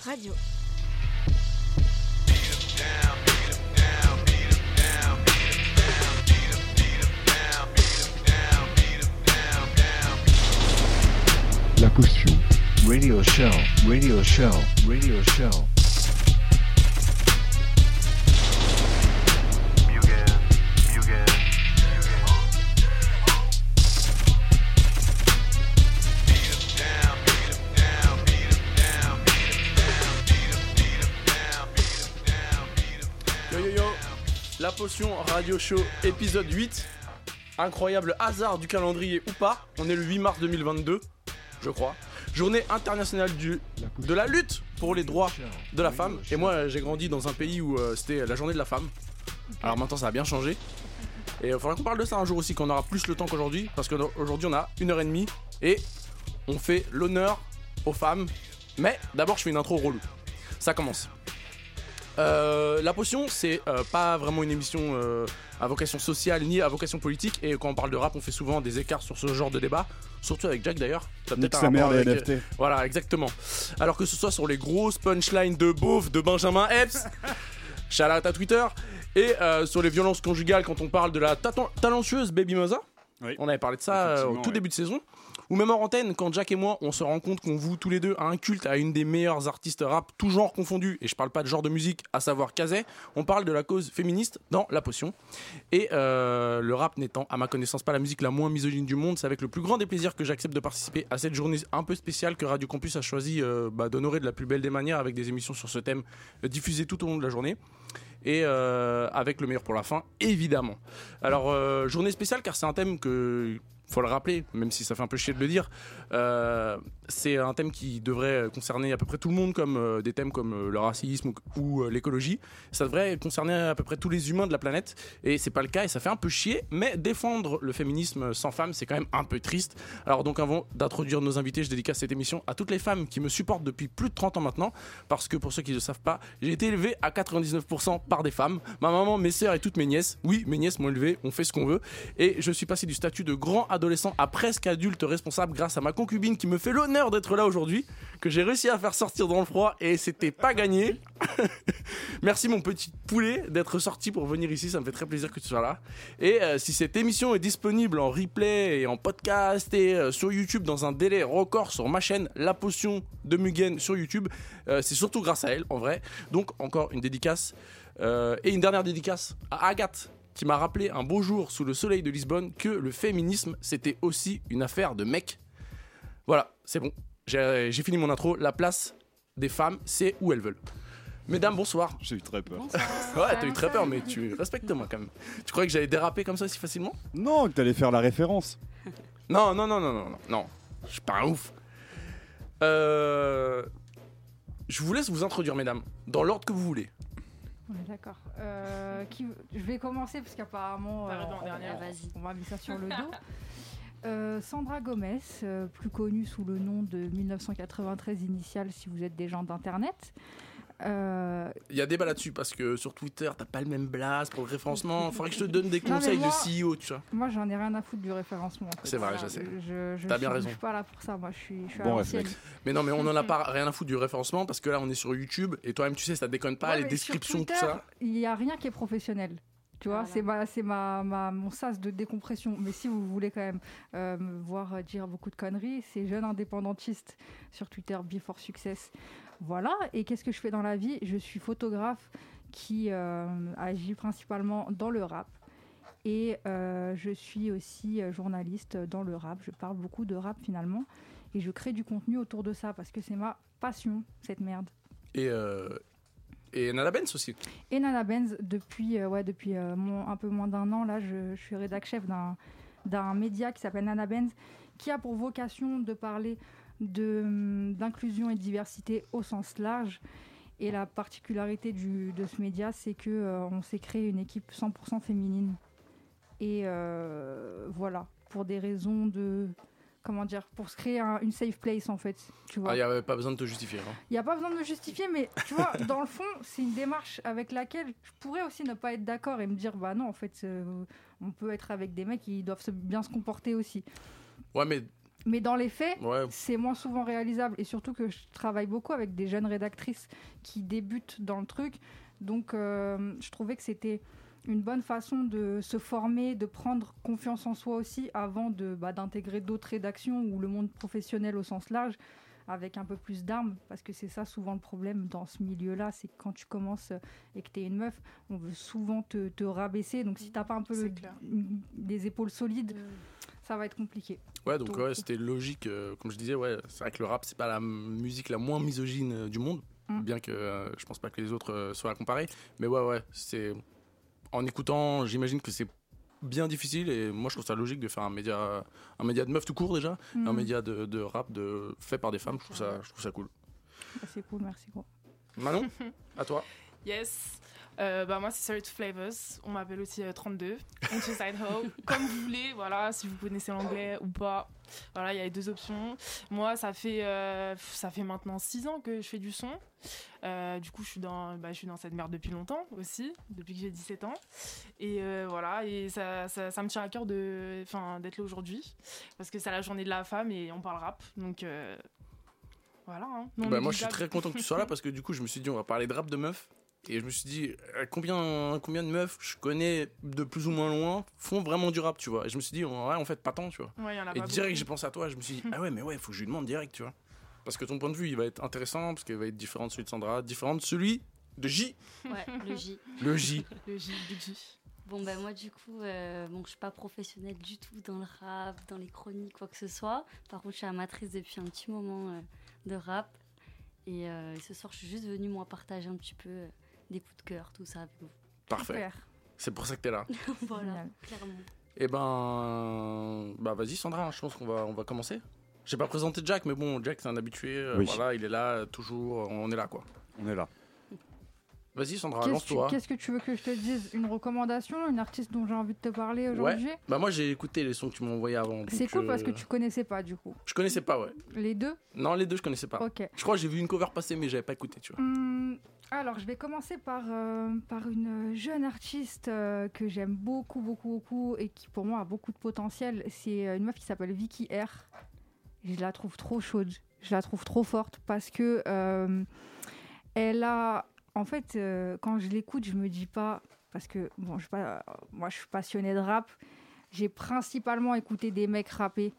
Radio. La potion. Radio show. Radio show. Radio show. La potion radio show épisode 8. Incroyable hasard du calendrier ou pas, on est le 8 mars 2022, je crois. Journée internationale de la lutte pour les droits de la femme. Et moi j'ai grandi dans un pays où c'était la journée de la femme. Alors maintenant ça a bien changé. Et il faudra qu'on parle de ça un jour aussi, qu'on aura plus le temps qu'aujourd'hui. Parce qu'aujourd'hui on a 1h30 et on fait l'honneur aux femmes. Mais d'abord je fais une intro relou. Ça commence. La potion c'est pas vraiment une émission à vocation sociale ni à vocation politique, et quand on parle de rap on fait souvent des écarts sur ce genre de débat, surtout avec Jack d'ailleurs. T'as peut-être sa mère les NFT. Voilà, exactement. Alors que ce soit sur les grosses punchlines de beauf de Benjamin Epps, shout out à Twitter, et sur les violences conjugales quand on parle de la talentueuse Baby Moza. Oui. On avait parlé de ça au tout début de saison. Ou même en antenne, quand Jack et moi, on se rend compte qu'on voue tous les deux à un culte à une des meilleures artistes rap, tout genre confondu, et je parle pas de genre de musique, à savoir Kazé, on parle de la cause féministe dans La Potion. Et le rap n'étant, à ma connaissance, pas la musique la moins misogyne du monde, c'est avec le plus grand des plaisirs que j'accepte de participer à cette journée un peu spéciale que Radio Campus a choisi d'honorer de la plus belle des manières avec des émissions sur ce thème diffusées tout au long de la journée. Et avec le meilleur pour la fin, évidemment. Alors, journée spéciale car c'est un thème que... faut le rappeler, même si ça fait un peu chier de le dire, c'est un thème qui devrait concerner à peu près tout le monde, comme des thèmes comme le racisme ou l'écologie. Ça devrait concerner à peu près tous les humains de la planète, et c'est pas le cas, et ça fait un peu chier, mais défendre le féminisme sans femmes, c'est quand même un peu triste. Alors donc avant d'introduire nos invités, je dédicace cette émission à toutes les femmes qui me supportent depuis plus de 30 ans maintenant, parce que pour ceux qui ne le savent pas, j'ai été élevé à 99% par des femmes, ma maman, mes sœurs et toutes mes nièces. Oui, mes nièces m'ont élevé, on fait ce qu'on veut, et je suis passé du statut de grand adolescent à presque adulte responsable grâce à ma concubine qui me fait l'honneur d'être là aujourd'hui, que j'ai réussi à faire sortir dans le froid, et c'était pas gagné. Merci mon petit poulet d'être sorti pour venir ici, ça me fait très plaisir que tu sois là. Et si cette émission est disponible en replay et en podcast et sur YouTube dans un délai record sur ma chaîne La Potion de Mugen sur YouTube, c'est surtout grâce à elle en vrai. Donc encore une dédicace et une dernière dédicace à Agathe, qui m'a rappelé un beau jour sous le soleil de Lisbonne que le féminisme c'était aussi une affaire de mecs. Voilà, c'est bon, j'ai fini mon intro. La place des femmes, c'est où elles veulent. Mesdames, bonsoir. J'ai eu très peur. Ouais, t'as eu très peur, mais tu respectes moi quand même. Tu croyais que j'allais déraper comme ça si facilement ? Non, que t'allais faire la référence. Non, je suis pas un ouf. Je vous laisse vous introduire, mesdames, dans l'ordre que vous voulez. Ouais, d'accord. Je vais commencer parce qu'apparemment on m'a mis ça sur le dos. Sandra Gomez, plus connue sous le nom de 1993 initial si vous êtes des gens d'internet. Il y a débat là-dessus parce que sur Twitter t'as pas le même blast pour le référencement. Faudrait que je te donne des conseils de CEO, tu vois. Moi j'en ai rien à foutre du référencement. En fait. C'est vrai, je sais. T'as bien raison. Je suis pas là pour ça. Moi je suis bon à l'ancienne. Mais non, mais on en a pas rien à foutre du référencement parce que là on est sur YouTube et toi-même tu sais ça déconne pas, les descriptions Twitter, tout ça. Il y a rien qui est professionnel. Tu vois, c'est mon sas de décompression. Mais si vous voulez quand même me voir dire beaucoup de conneries, c'est jeune indépendantiste sur Twitter, Before Success. Voilà. Et qu'est-ce que je fais dans la vie ? Je suis photographe qui agit principalement dans le rap. Et je suis aussi journaliste dans le rap. Je parle beaucoup de rap finalement. Et je crée du contenu autour de ça parce que c'est ma passion, cette merde. Et Nana Benz aussi. Et Nana Benz, depuis un peu moins d'un an, là, je suis rédac-chef d'un média qui s'appelle Nana Benz, qui a pour vocation de parler d'inclusion et de diversité au sens large. Et la particularité de ce média, c'est qu'on s'est créé une équipe 100% féminine. Et voilà, pour des raisons de... Comment dire, pour se créer une safe place en fait, tu vois. Il n'y a pas besoin de te justifier. Il n'y a pas besoin de me justifier, mais tu vois, dans le fond, c'est une démarche avec laquelle je pourrais aussi ne pas être d'accord et me dire, bah non, en fait, on peut être avec des mecs qui doivent bien se comporter aussi. Ouais, mais Mais dans les faits, Ouais. c'est moins souvent réalisable. Et surtout que je travaille beaucoup avec des jeunes rédactrices qui débutent dans le truc. Donc, je trouvais que c'était une bonne façon de se former, de prendre confiance en soi aussi avant d'intégrer d'autres rédactions ou le monde professionnel au sens large avec un peu plus d'armes. Parce que c'est ça souvent le problème dans ce milieu-là. C'est que quand tu commences et que tu es une meuf, on veut souvent te rabaisser. Donc, si tu n'as pas un peu des épaules solides, ça va être compliqué. Ouais, donc ouais, c'était logique. Comme je disais, ouais, c'est vrai que le rap, c'est pas la musique la moins misogyne du monde, bien que je pense pas que les autres soient à comparer. Mais ouais, c'est en écoutant, j'imagine que c'est bien difficile et moi je trouve ça logique de faire un média de meufs tout court déjà, un média de rap fait par des femmes. Je trouve ça cool. C'est cool, merci gros. Manon, à toi. Yes. Moi c'est Sorry to Flavors, on m'appelle aussi 32, Side Ho, comme vous voulez, voilà, si vous connaissez l'anglais ou pas, voilà, il y a les deux options. Moi ça fait maintenant 6 ans que je fais du son, du coup je suis dans cette merde depuis longtemps aussi, depuis que j'ai 17 ans, et voilà, et ça me tient à cœur d'être là aujourd'hui, parce que c'est la journée de la femme et on parle rap, donc voilà. Hein. Moi je suis très content que tu sois là, parce que du coup je me suis dit on va parler de rap de meufs. Et je me suis dit, combien de meufs je connais de plus ou moins loin font vraiment du rap, tu vois. Et je me suis dit, ouais, en fait, pas tant, tu vois. Ouais, et direct, j'ai pensé à toi, je me suis dit, il faut que je lui demande direct, tu vois. Parce que ton point de vue, il va être intéressant, parce qu'il va être différent de celui de Sandra, différent de celui de J. Ouais, le J. Le J. Le J, Big J. Bon, moi, du coup, je suis pas professionnelle du tout dans le rap, dans les chroniques, quoi que ce soit. Par contre, je suis amatrice depuis un petit moment de rap. Et ce soir, je suis juste venue, moi, partager un petit peu des coups de cœur, tout ça avec vous. Parfait. Super. C'est pour ça que t'es là. Voilà, clairement. Et vas-y Sandra, je pense qu'on va commencer. J'ai pas présenté Jack, mais bon, Jack c'est un habitué, Oui. voilà, il est là, toujours, on est là quoi. On est là. Vas-y Sandra, lance-toi. Qu'est-ce que tu veux que je te dise? Une recommandation? Une artiste dont j'ai envie de te parler aujourd'hui? Ouais. Moi j'ai écouté les sons que tu m'as envoyés avant. C'est cool parce que tu connaissais pas du coup. Je connaissais pas, ouais. Les deux? Non, les deux je connaissais pas. Ok. Je crois que j'ai vu une cover passer, mais j'avais pas écouté, tu vois. Alors, je vais commencer par une jeune artiste que j'aime beaucoup et qui pour moi a beaucoup de potentiel. C'est une meuf qui s'appelle Vicky R. Je la trouve trop chaude, je la trouve trop forte parce que elle a... En fait, quand je l'écoute, je me dis pas... Parce que, bon, moi je suis passionnée de rap. J'ai principalement écouté des mecs rapper.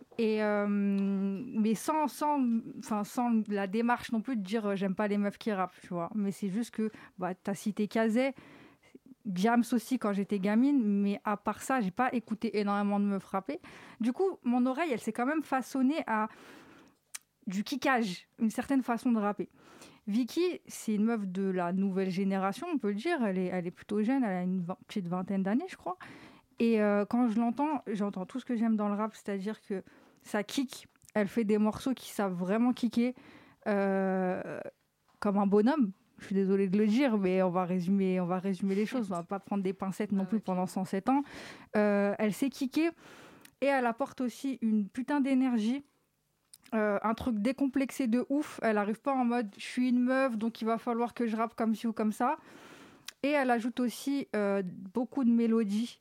Mais sans la démarche non plus de dire j'aime pas les meufs qui rappent, tu vois. Mais c'est juste que t'as cité Kazé, Diams aussi quand j'étais gamine, mais à part ça, j'ai pas écouté énormément de meufs rapper. Du coup, mon oreille, elle s'est quand même façonnée à du kickage, une certaine façon de rapper. Vicky, c'est une meuf de la nouvelle génération, on peut le dire. Elle est plutôt jeune, elle a une petite vingtaine d'années, je crois. Et quand je l'entends, j'entends tout ce que j'aime dans le rap, c'est-à-dire que ça kick, elle fait des morceaux qui savent vraiment kicker comme un bonhomme. Je suis désolée de le dire, mais on va résumer les choses. On va pas prendre des pincettes non plus pendant 107 ans. Elle sait kicker et elle apporte aussi une putain d'énergie. Un truc décomplexé de ouf. Elle arrive pas en mode je suis une meuf donc il va falloir que je rappe comme ci ou comme ça. Et elle ajoute aussi beaucoup de mélodies.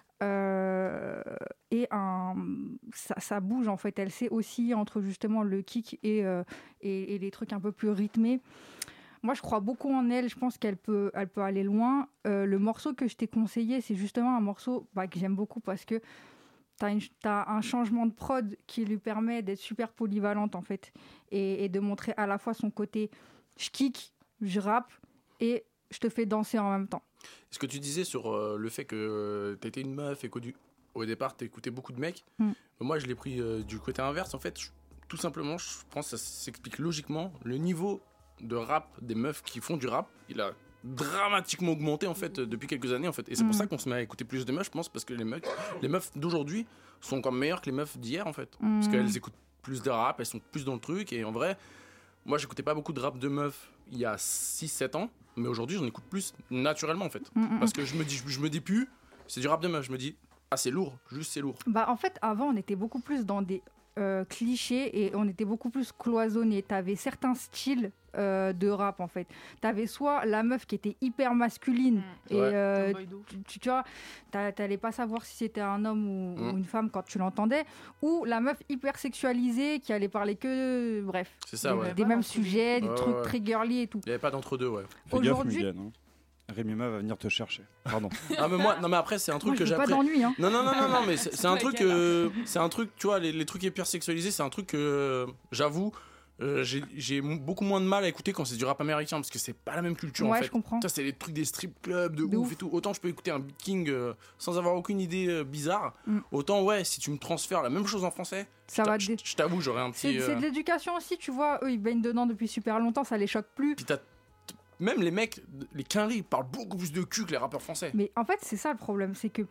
Et ça bouge en fait. Elle sait aussi entre justement le kick et les trucs un peu plus rythmés. Moi je crois beaucoup en elle, je pense qu'elle peut aller loin. Le morceau que je t'ai conseillé, c'est justement un morceau que j'aime beaucoup parce que t'as un changement de prod qui lui permet d'être super polyvalente en fait et de montrer à la fois son côté je kick, je rappe et je te fais danser en même temps. Ce que tu disais sur le fait que t'étais une meuf et qu'au départ t'écoutais beaucoup de mecs, moi je l'ai pris du côté inverse en fait. Tout simplement, je pense que ça s'explique logiquement. Le niveau de rap des meufs qui font du rap, il a dramatiquement augmenté en fait depuis quelques années en fait. Et c'est pour ça qu'on se met à écouter plus de meufs, je pense, parce que les meufs d'aujourd'hui sont encore meilleures que les meufs d'hier en fait. Parce qu'elles écoutent plus de rap, elles sont plus dans le truc. Et en vrai, moi j'écoutais pas beaucoup de rap de meufs il y a 6-7 ans. Mais aujourd'hui, j'en écoute plus naturellement, en fait. Parce que je me dis plus, c'est du rap de meuf. Je me dis, c'est lourd, juste c'est lourd. En fait, avant, on était beaucoup plus dans des cliché et on était beaucoup plus cloisonné. T'avais certains styles de rap en fait. T'avais soit la meuf qui était hyper masculine et tu vois, t'allais pas savoir si c'était un homme ou une femme quand tu l'entendais, ou la meuf hyper sexualisée qui allait parler que bref, C'est ça, ouais. des mêmes sujets, des Ouais, trucs ouais. très girly et tout. Il n'y avait pas d'entre-deux, ouais. Fais gaffe, Aujourd'hui- Muggen, hein. Rémi Ma va venir te chercher. Pardon. Ah, mais moi, non, mais après, c'est un truc Moi, je que veux pas j'apprécie. d'ennui, hein. Non, mais c'est un la truc, c'est un truc, tu vois, les trucs hyper sexualisés, c'est un truc que, j'avoue, j'ai beaucoup moins de mal à écouter quand c'est du rap américain, parce que c'est pas la même culture, en Ouais, fait. je comprends. Ça, c'est les trucs des strip clubs de De ouf ouf. et tout. Autant je peux écouter un Beat King sans avoir aucune idée bizarre, autant, ouais, si tu me transfères la même chose en français, Ça va je t'avoue, j'aurais un petit... C'est de l'éducation aussi, tu vois. Eux, ils baignent dedans depuis super longtemps, ça les choque plus. Puis même les mecs, les quinries, parlent beaucoup plus de cul que les rappeurs français. Mais en fait, c'est ça le problème, c'est que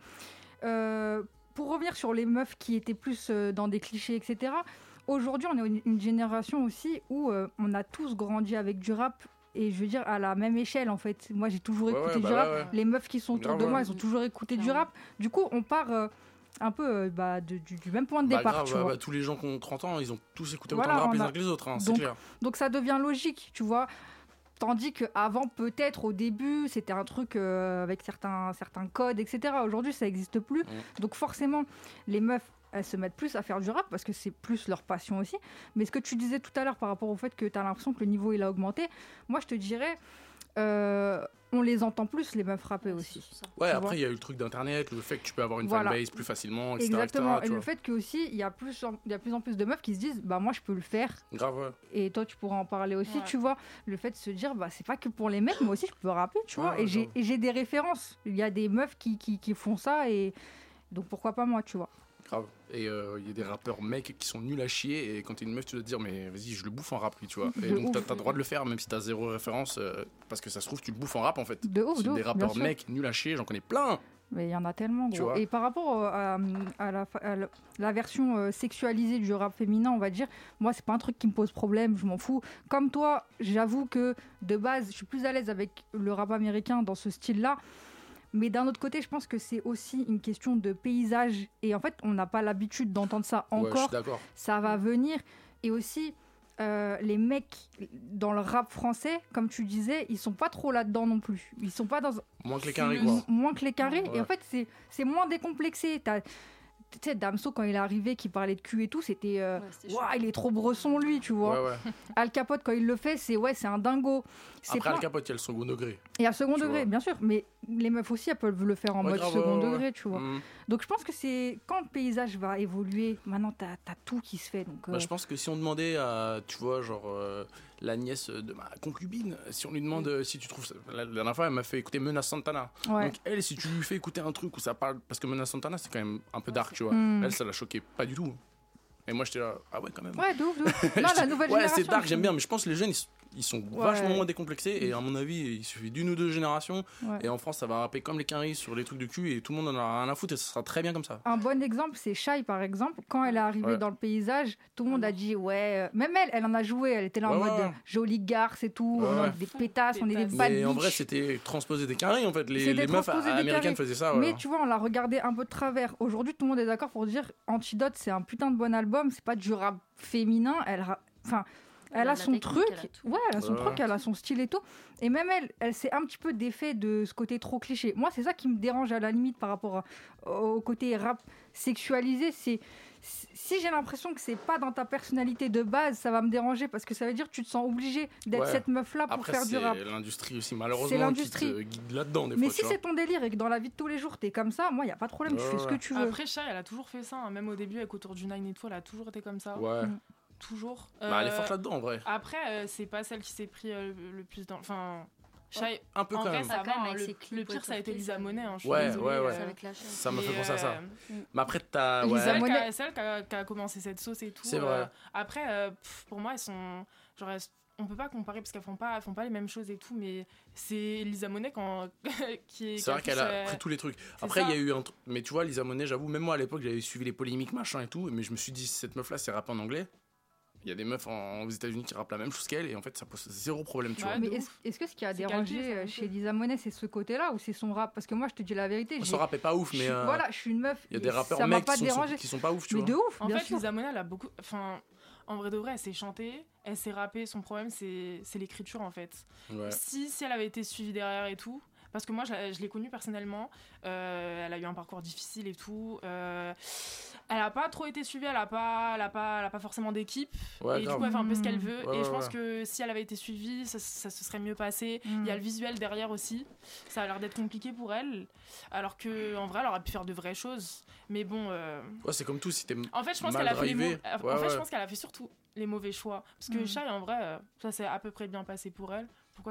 pour revenir sur les meufs qui étaient plus dans des clichés, etc. Aujourd'hui, on est une génération aussi où on a tous grandi avec du rap. Et je veux dire, à la même échelle, en fait. Moi, j'ai toujours Ouais, écouté ouais, du bah rap. ouais, ouais. Les meufs qui sont autour Grave, de moi, ouais. elles ont toujours écouté du Clairement. rap. Du coup, on part un peu du même point de Bah, départ, grave, tu vois. tous les gens qui ont 30 ans, ils ont tous écouté Voilà, autant de rap on les a- uns que les autres, hein, c'est Donc, clair. Donc ça devient logique, tu vois. Tandis qu'avant, peut-être au début, c'était un truc avec certains codes, etc. Aujourd'hui, ça n'existe plus. Donc forcément, les meufs, elles se mettent plus à faire du rap parce que c'est plus leur passion aussi. Mais ce que tu disais tout à l'heure par rapport au fait que tu as l'impression que le niveau il a augmenté, moi je te dirais, on les entend plus, les meufs rapper aussi. Ouais, tu après, vois. il y a eu le truc d'internet, le fait que tu peux avoir une Voilà. fanbase plus facilement, etc. Exactement. etc., tu Et le vois. fait que aussi, il y a plus en plus de meufs qui se disent, bah moi je peux le faire. Grave, ouais. Et toi, tu pourras en parler aussi, Ouais. tu vois. Le fait de se dire, bah, c'est pas que pour les mecs, moi aussi, je peux rapper, tu Ouais, vois. ouais, Et grave. j'ai des références. Il y a des meufs qui font ça, et donc pourquoi pas moi, tu vois. Grave. Et il y a des rappeurs mecs qui sont nuls à chier, et quand t'es une meuf, tu dois te dire, mais vas-y, je le bouffe en rap, lui, tu vois. Et De donc, t'as ouf. le droit de le faire, même si t'as zéro référence, parce que ça se trouve, tu le bouffes en rap, en fait. De ouf, C'est de ouf, des bien rappeurs sûr. mecs nuls à chier, j'en connais plein. Mais il y en a tellement, Tu gros. vois. Et par rapport la version sexualisée du rap féminin, on va dire, moi, c'est pas un truc qui me pose problème, je m'en fous. Comme toi, j'avoue que de base, je suis plus à l'aise avec le rap américain dans ce style-là. Mais d'un autre côté, je pense que c'est aussi une question de paysage. Et en fait, on n'a pas l'habitude d'entendre ça Ouais, je encore. suis d'accord. Ça va venir. Et aussi, les mecs dans le rap français, comme tu disais, ils sont pas trop là-dedans non plus. Ils sont pas dans Moins que les carrés, quoi. moins que les carrés. Ouais. Et en fait, c'est moins décomplexé. Tu sais, Damso, quand il est arrivé, qui parlait de cul et tout, c'était Ouah, il est trop bresson, lui, tu vois. Ouais, ouais. Al Capote, quand il le fait, c'est un dingo. C'est Après, pas- Al Capote, il y a le second degré. Et à second tu degré, vois. bien sûr. Mais les meufs aussi, elles peuvent le faire en Ouais, mode grave, second ouais, ouais. degré, tu vois. Donc je pense que c'est quand le paysage va évoluer, maintenant t'as tout qui se fait. Donc, Bah, je pense que si on demandait à, tu vois, genre la nièce de ma concubine, si on lui demande si tu trouves ça, la dernière fois elle m'a fait écouter Menace Santana. ouais. Donc elle, si tu lui fais écouter un truc où ça parle, parce que Menace Santana c'est quand même un peu dark, tu vois. Hmm. Elle, ça l'a choqué pas du tout. Et moi j'étais là, ah ouais quand même. Ouais, de ouf, de ouf. Non, Je la dis, nouvelle ouais, génération. c'est dark, j'aime bien, mais je pense que les jeunes ils sont vachement Ouais. moins décomplexés et à mon avis il suffit d'une ou deux générations Ouais. et en France ça va rapper comme les quinries sur les trucs de cul et tout le monde en a rien à foutre et ça sera très bien comme ça. Un bon exemple, c'est Shai par exemple. Quand elle est arrivée Ouais. dans le paysage, tout le monde a dit ouais. Même elle en a joué. Elle était là en Ouais, mode ouais. jolie garce et tout. Ouais, on est ouais. des pétasses, on est des Pétasses. bad Mais en bitch. vrai c'était transposé des quinries en fait, les C'était meufs transposé des américaines carrés. faisaient ça. Mais Voilà. tu vois, on l'a regardé un peu de travers. Aujourd'hui, tout le monde est d'accord pour dire Antidote, c'est un putain de bon album. C'est pas du rap féminin. Elle a la son technique, truc. elle a tout. Ouais, elle a son Ouais. truc, elle a son style et tout. Et même elle s'est un petit peu défait de ce côté trop cliché. Moi, c'est ça qui me dérange à la limite par rapport au côté rap sexualisé. C'est si j'ai l'impression que c'est pas dans ta personnalité de base, ça va me déranger parce que ça veut dire que tu te sens obligé d'être Ouais. cette meuf-là pour Après, faire du c'est rap. l'industrie aussi, C'est malheureusement, qui l'industrie. te guide là-dedans des Mais fois. si tu vois. c'est ton délire et que dans la vie de tous les jours t'es comme ça, moi y a pas de problème, tu Ouais, fais ce que ouais. tu veux. Après, Shai, elle a toujours fait ça, hein. Même au début avec Autour du Nine et tout, elle a toujours été comme ça. Ouais. Toujours. Bah, elle est forte là-dedans en vrai. Après, c'est pas celle qui s'est pris le plus dans. Enfin, Shai, Un peu en quand vrai, même. ça Quand même, va. Hein. avec ses Le clips pire, ça a été Waterfly, Lisa ça- Monet. Hein. Je suis Ouais, désolée, ouais, ouais. C'est avec la chaîne. Ça m'a fait Mais, penser à ça. euh, Mais après, t'as. Lisa Ouais. C'est elle, Monet- c'est elle qui a commencé cette sauce et tout. C'est vrai. Après, pour moi, elles sont. Genre, on peut pas comparer parce qu'elles font pas les mêmes choses et tout, mais c'est Lisa Monet qui est. C'est vrai qui qu'elle a plus, pris tous les trucs. c'est Après, il y a ça. eu un truc. Mais tu vois, Lisa Monet, j'avoue, même moi à l'époque, j'avais suivi les polémiques, machin et tout. Mais je me suis dit, cette meuf-là, c'est rap en anglais. Il y a des meufs aux États-Unis qui rappent la même chose qu'elle et en fait ça pose zéro problème, tu Ouais, vois. Mais de est-ce que ce qui a C'est dérangé calqué, ça, chez Lisa Monet, c'est ce côté-là ou c'est son rap? Parce que moi, je te dis la vérité. Son rap est pas ouf, mais Voilà, je suis une meuf. il y a des rappeurs ça m'a mecs pas dérangé. qui sont pas ouf, tu Mais vois. de ouf, En bien fait, sûr. Lisa Monet, elle a beaucoup. Enfin, en vrai de vrai, elle s'est chantée, elle s'est rappée. Son problème, c'est l'écriture, en fait. Ouais. Si elle avait été suivie derrière et tout. Parce que moi, je l'ai connue personnellement. Elle a eu un parcours difficile et tout. Elle a pas trop été suivie. Elle a pas forcément d'équipe. Ouais, Et du grave. coup, elle fait un peu ce qu'elle veut. Ouais, et je ouais, pense ouais. que si elle avait été suivie, ça se serait mieux passé. Mm. Il y a le visuel derrière aussi. Ça a l'air d'être compliqué pour elle. Alors qu'en vrai, elle aurait pu faire de vraies choses. Mais bon. Ouais, c'est comme tout, si t'es En fait, je pense mal qu'elle a fait drivé. Ouais, en fait, ouais. je pense qu'elle a fait surtout les mauvais choix. Parce que Mm. Shai, en vrai, ça s'est à peu près bien passé pour elle.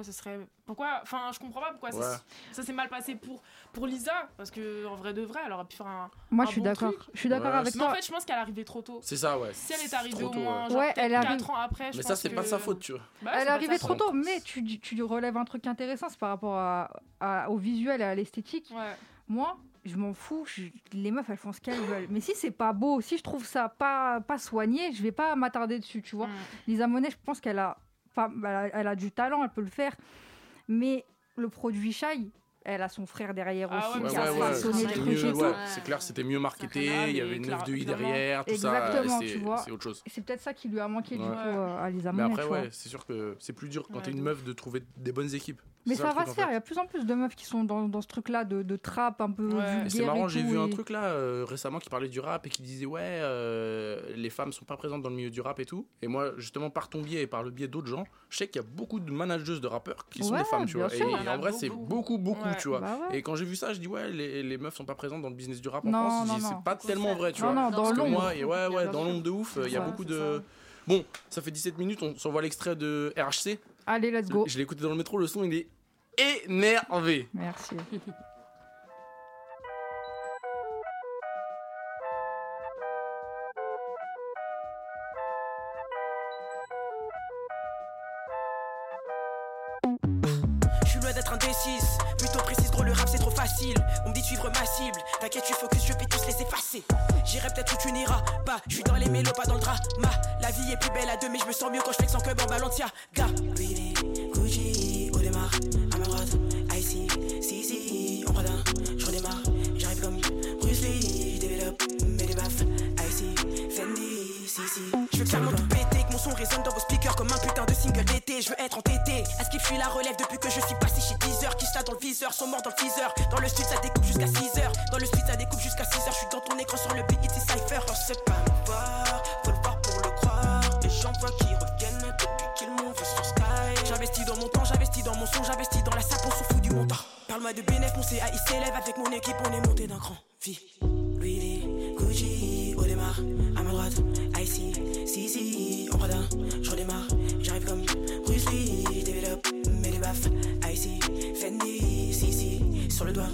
Enfin, je comprends pas pourquoi Ouais. ça s'est mal passé pour Lisa. Parce que en vrai de vrai, elle aurait pu faire un. Moi, un je suis bon d'accord. truc. Je suis d'accord Ouais, avec Mais en toi. fait, je pense qu'elle est arrivée trop tôt. C'est ça, ouais. Si elle est arrivée Trop au tôt, moins ouais. genre Ouais, peut-être elle arrive- 4 ans après, je Mais pense ça, c'est que... pas de sa faute, tu vois. Bah, Elle c'est est pas de arrivée sa trop faute. tôt, mais tu relèves un truc intéressant, c'est par rapport au visuel et à l'esthétique. Ouais. Moi, je m'en fous. Les meufs, elles font ce qu'elles veulent. Mais si c'est pas beau, si je trouve ça pas soigné, je vais pas m'attarder dessus, tu vois. Mm. Lisa Monet, je pense qu'elle a, enfin, elle a du talent, elle peut le faire. Mais le produit Shai, elle a son frère derrière Ah aussi ouais, qui mais a ouais, façonné ouais, le c'est truc mieux, et tout. ouais, c'est clair, c'était mieux marketé, Ah, il y mais avait une 9 de i clairement. derrière, tout ça, Exactement, c'est tu vois. c'est autre chose. Et c'est peut-être ça qui lui a manqué du Ouais. coup à Lisa Mais Monet. après, tu vois. ouais, c'est sûr que c'est plus dur quand Ouais, t'es une de meuf de trouver des bonnes équipes. Mais C'est ça le va truc, se en faire, fait. il y a de plus en plus de meufs qui sont dans ce truc-là de trap un peu Ouais. vulgaire. Et c'est marrant, et j'ai tout, vu un et- truc là récemment qui parlait du rap et qui disait ouais, les femmes sont pas présentes dans le milieu du rap et tout. Et moi, justement, par ton biais et par le biais d'autres gens, je sais qu'il y a beaucoup de manageuses de rappeurs qui sont Ouais, des femmes, tu bien vois. sûr. Et Il y en a en vrai, c'est beaucoup, Ouais. tu vois. Bah ouais. Et quand j'ai vu ça, je dis ouais, les meufs sont pas présentes dans le business du rap en Non, France. Je non, dis, non. c'est pas tellement vrai, tu Non, vois. non, dans Parce que l'ombre. moi, ouais, Bien dans sûr. l'ombre de ouf, il y a ça, beaucoup c'est de. ça. Bon, ça fait 17 minutes, on s'envoie l'extrait de RHC. Allez, let's go. Je l'ai écouté dans le métro, le son il est énervé. Merci. Je suis loin d'être indécise, plutôt précise, gros le rap c'est trop facile. On me dit de suivre ma cible, t'inquiète tu focus, je vais tous les effacer. J'irai peut-être où tu n'iras pas, je suis dans les mélos, pas dans le drama. La vie est plus belle à deux, mais je me sens mieux quand je flex en club en Balenciaga. Really, Gucci, au démarre, à ma droite, ici, si, on prend un, je redémarre. J'arrive comme Bruce Lee, je développe, mets des baffes, ici, Fendi, si. Je veux clairement tout péter, que mon son résonne dans vos speakers comme un putain de single d'été. Je veux être entêté, à ce qu'il fuit la relève depuis que je suis passé chez Deezer. Qui dans le viseur, sont morts dans le teaser. Dans le street ça découpe jusqu'à 6h. Dans le street ça découpe jusqu'à 6h. Je suis dans ton écran sur le beat, c'est Cypher. Oh, c'est pas me voir, faut le voir pour le croire. Les gens voient qui reviennent depuis qu'ils m'ont vu sur Sky. J'investis dans mon temps, j'investis dans mon son, j'investis dans la sape, on s'en fout du montant. Parle-moi de bénéf, mon CAI s'élève. Avec mon équipe, on est monté d'un cran. Vie, Louis, Gucci, au démarre, à ma droite, ici, si, on prend d'un, je redémarre. J'arrive comme Bruce Lee, je développe, mets des baffes, ici, Fendi, si, sur le doigt.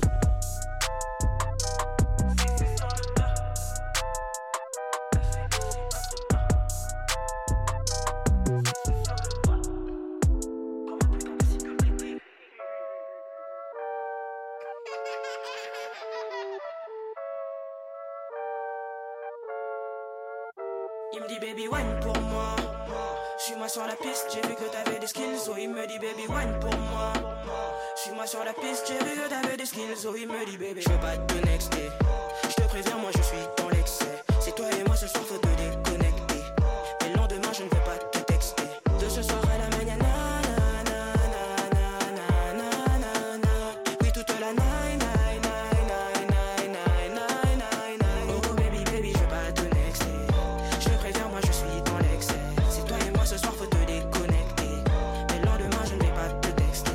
Il me dit baby wine pour moi. Suis-moi sur la piste, j'ai vu que t'avais des skills. Oh il me dit baby wine pour moi. Suis-moi sur la piste, j'ai vu que t'avais des skills. Oh il me dit baby, je veux pas te nexter. Je te préviens, moi je suis dans l'excès. C'est toi et moi ce soir, faut te déconnecter. Mais le lendemain je ne vais pas te texter. De ce soir à la mañana. Oui toute la night. Oh baby, je veux pas te nexter. Je te préviens, moi je suis dans l'excès. C'est toi et moi ce soir, faut te déconnecter. Mais le lendemain je ne vais pas te texter.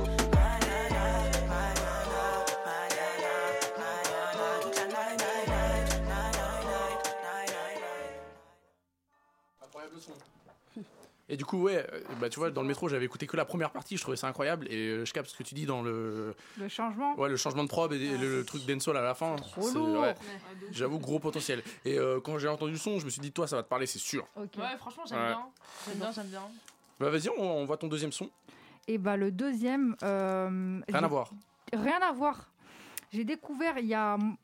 Incroyable son. Et du coup, ouais, bah tu vois, dans le métro, j'avais écouté que la première partie, je trouvais ça incroyable. Et je capte ce que tu dis dans le changement. Ouais, le changement de prod et le truc d'Ensol à la fin. Trop c'est- lourd. ouais, j'avoue, gros potentiel. Et quand j'ai entendu le son, je me suis dit, toi, ça va te parler, c'est sûr. Ok. Ouais, franchement, j'aime Ouais. bien. J'aime bien. Bah vas-y, on voit ton deuxième son. Et bah le deuxième. Rien à voir. Rien à voir. J'ai découvert il y a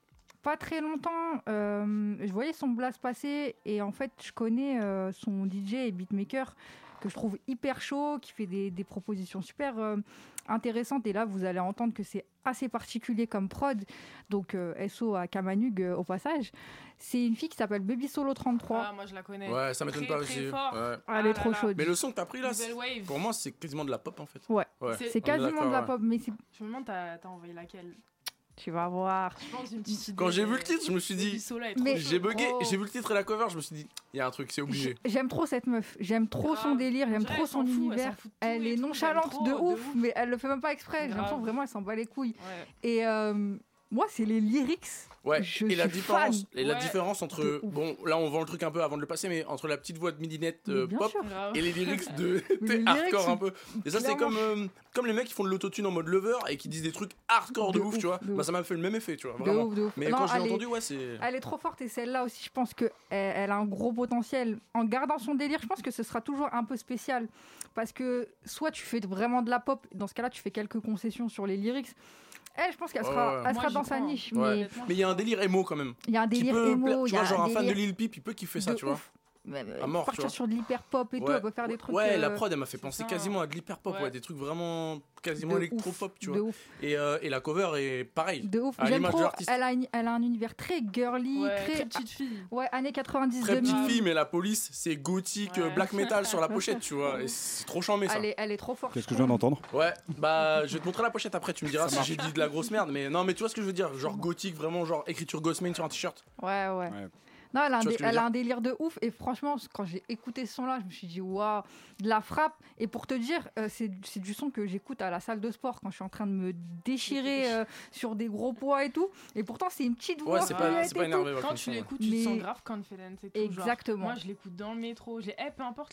pas très longtemps, je voyais son blast passer et en fait, je connais son DJ et beatmaker que je trouve hyper chaud, qui fait des propositions super intéressantes. Et là, vous allez entendre que c'est assez particulier comme prod. Donc, SO à Kamanug au passage. C'est une fille qui s'appelle Baby Solo 33. Ah, moi je la connais. Ouais, ça m'étonne Très, pas très aussi. fort. Ouais. Elle est trop chaude. Mais le son que t'as pris là, Nouvelle wave. pour moi, c'est quasiment de la pop en fait. Ouais, Ouais. c'est On est quasiment d'accord, de la ouais. pop, mais c'est... Je me demande, t'as envoyé laquelle? tu vas voir. Je pense une petite idée. Quand j'ai vu le titre, je me suis Baby dit, Sola est trop Mais- chaude. j'ai bugué, Oh. j'ai vu le titre et la cover, je me suis dit, il y a un truc, c'est obligé. J'aime trop cette meuf. J'aime trop son Grave. délire, On j'aime dirait, trop elle son s'en fout, elle univers. s'en fout de tout Elle et est tout, nonchalante j'aime de trop, ouf, mais elle le fait même pas exprès. J'ai Grave. l'impression vraiment elle s'en bat les couilles. Ouais. Et moi, c'est les lyrics. Ouais, Je et la suis différence, fan. et la Ouais. différence De entre, ouf. bon, là on vend le truc un peu avant de le passer, mais entre la petite voix de Midinette Mais bien pop sûr. Grave. et les lyrics de Mais les hardcore lyrics un peu. Et ça c'est clairement- comme les mecs qui font de l'autotune en mode lover et qui disent des trucs hardcore de, De ouf, ouf, tu vois. de Bah ouf. ça m'a fait le même effet, tu vois, De vraiment. ouf, de ouf. Mais Non, quand je l'ai elle est- entendu, ouais, c'est. Elle est trop forte et celle-là aussi, je pense qu'elle a un gros potentiel. En gardant son délire, je pense que ce sera toujours un peu spécial. Parce que soit tu fais vraiment de la pop, dans ce cas-là, tu fais quelques concessions sur les lyrics. Elle, je pense qu'elle Ouais, sera, ouais. elle Moi, sera j'y dans sa crois. niche. Ouais. Mais Honnêtement, Mais il y a un délire émo quand même. il y a un Qui délire peut émo, plaire- il tu y a vois, genre un fan de délire Lil Peep, il peut kiffer ça, de tu vois. ouf. À mort, tu Partir vois. sur de l'hyper pop et tout, elle peut faire des trucs. Ouais, la prod, elle m'a fait c'est penser ça, quasiment à de l'hyper pop, Ouais. ouais, des trucs vraiment quasiment de électro-pop, ouf, tu de vois. ouf. Et la cover est pareil. De ouf. À J'aime l'image de trop. l'artiste. Elle a un univers très girly, Ouais, très. très petite fille. Ouais, années 90, Très 2000. petite fille, mais la police, c'est gothique, Ouais. black metal sur la pochette, tu vois. Et c'est trop chambé ça. Elle est trop forte. Qu'est-ce que je viens d'entendre? Ouais, bah je vais te montrer la pochette après, tu me diras si j'ai dit de la grosse merde. Mais non, mais tu vois ce que je veux dire, genre gothique, vraiment, genre écriture Ghostman sur un t-shirt. Ouais. Ouais. Non, elle a, Tu vois ce que je veux elle a dire un délire de ouf. Et franchement, quand j'ai écouté ce son-là, je me suis dit, waouh, de la frappe. Et pour te dire, c'est du son que j'écoute à la salle de sport quand je suis en train de me déchirer sur des gros poids et tout. Et pourtant, c'est une petite voix. Ouais, c'est fluette pas et énervé. ouais, Quand comme tu son, ouais. l'écoutes, tu te Mais- sens grave confident et tout. genre. Exactement. Moi, je l'écoute dans le métro. Peu importe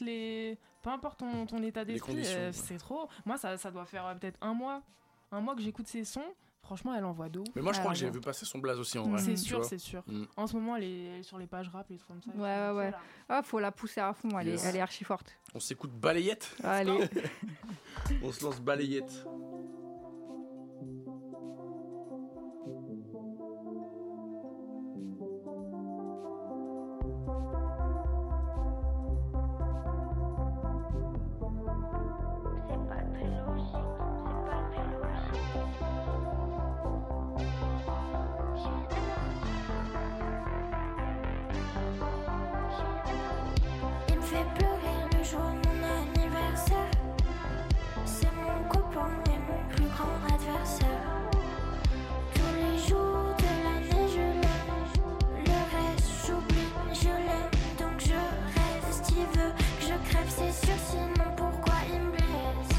ton état d'esprit, conditions, ouais. c'est trop. Moi, ça doit faire peut-être un mois que j'écoute ses sons. Franchement, elle envoie de ouf. Mais moi je crois Ah, que j'ai ouais. vu passer son blaze aussi en vrai. C'est tu sûr, vois. c'est sûr. Mm. En ce moment, elle est sur les pages rap et tout comme ça. Ouais. Ah, faut la pousser à fond. Yes. Elle est archi forte. On s'écoute balayette, Allez. on se lance balayette. Il me fait pleurer le jour de mon anniversaire. C'est mon copain et mon plus grand adversaire. Tous les jours de l'année je l'aime. Le reste j'oublie, je l'aime. Donc je reste, il veut que je crève, c'est sûr. Sinon pourquoi il me blesse?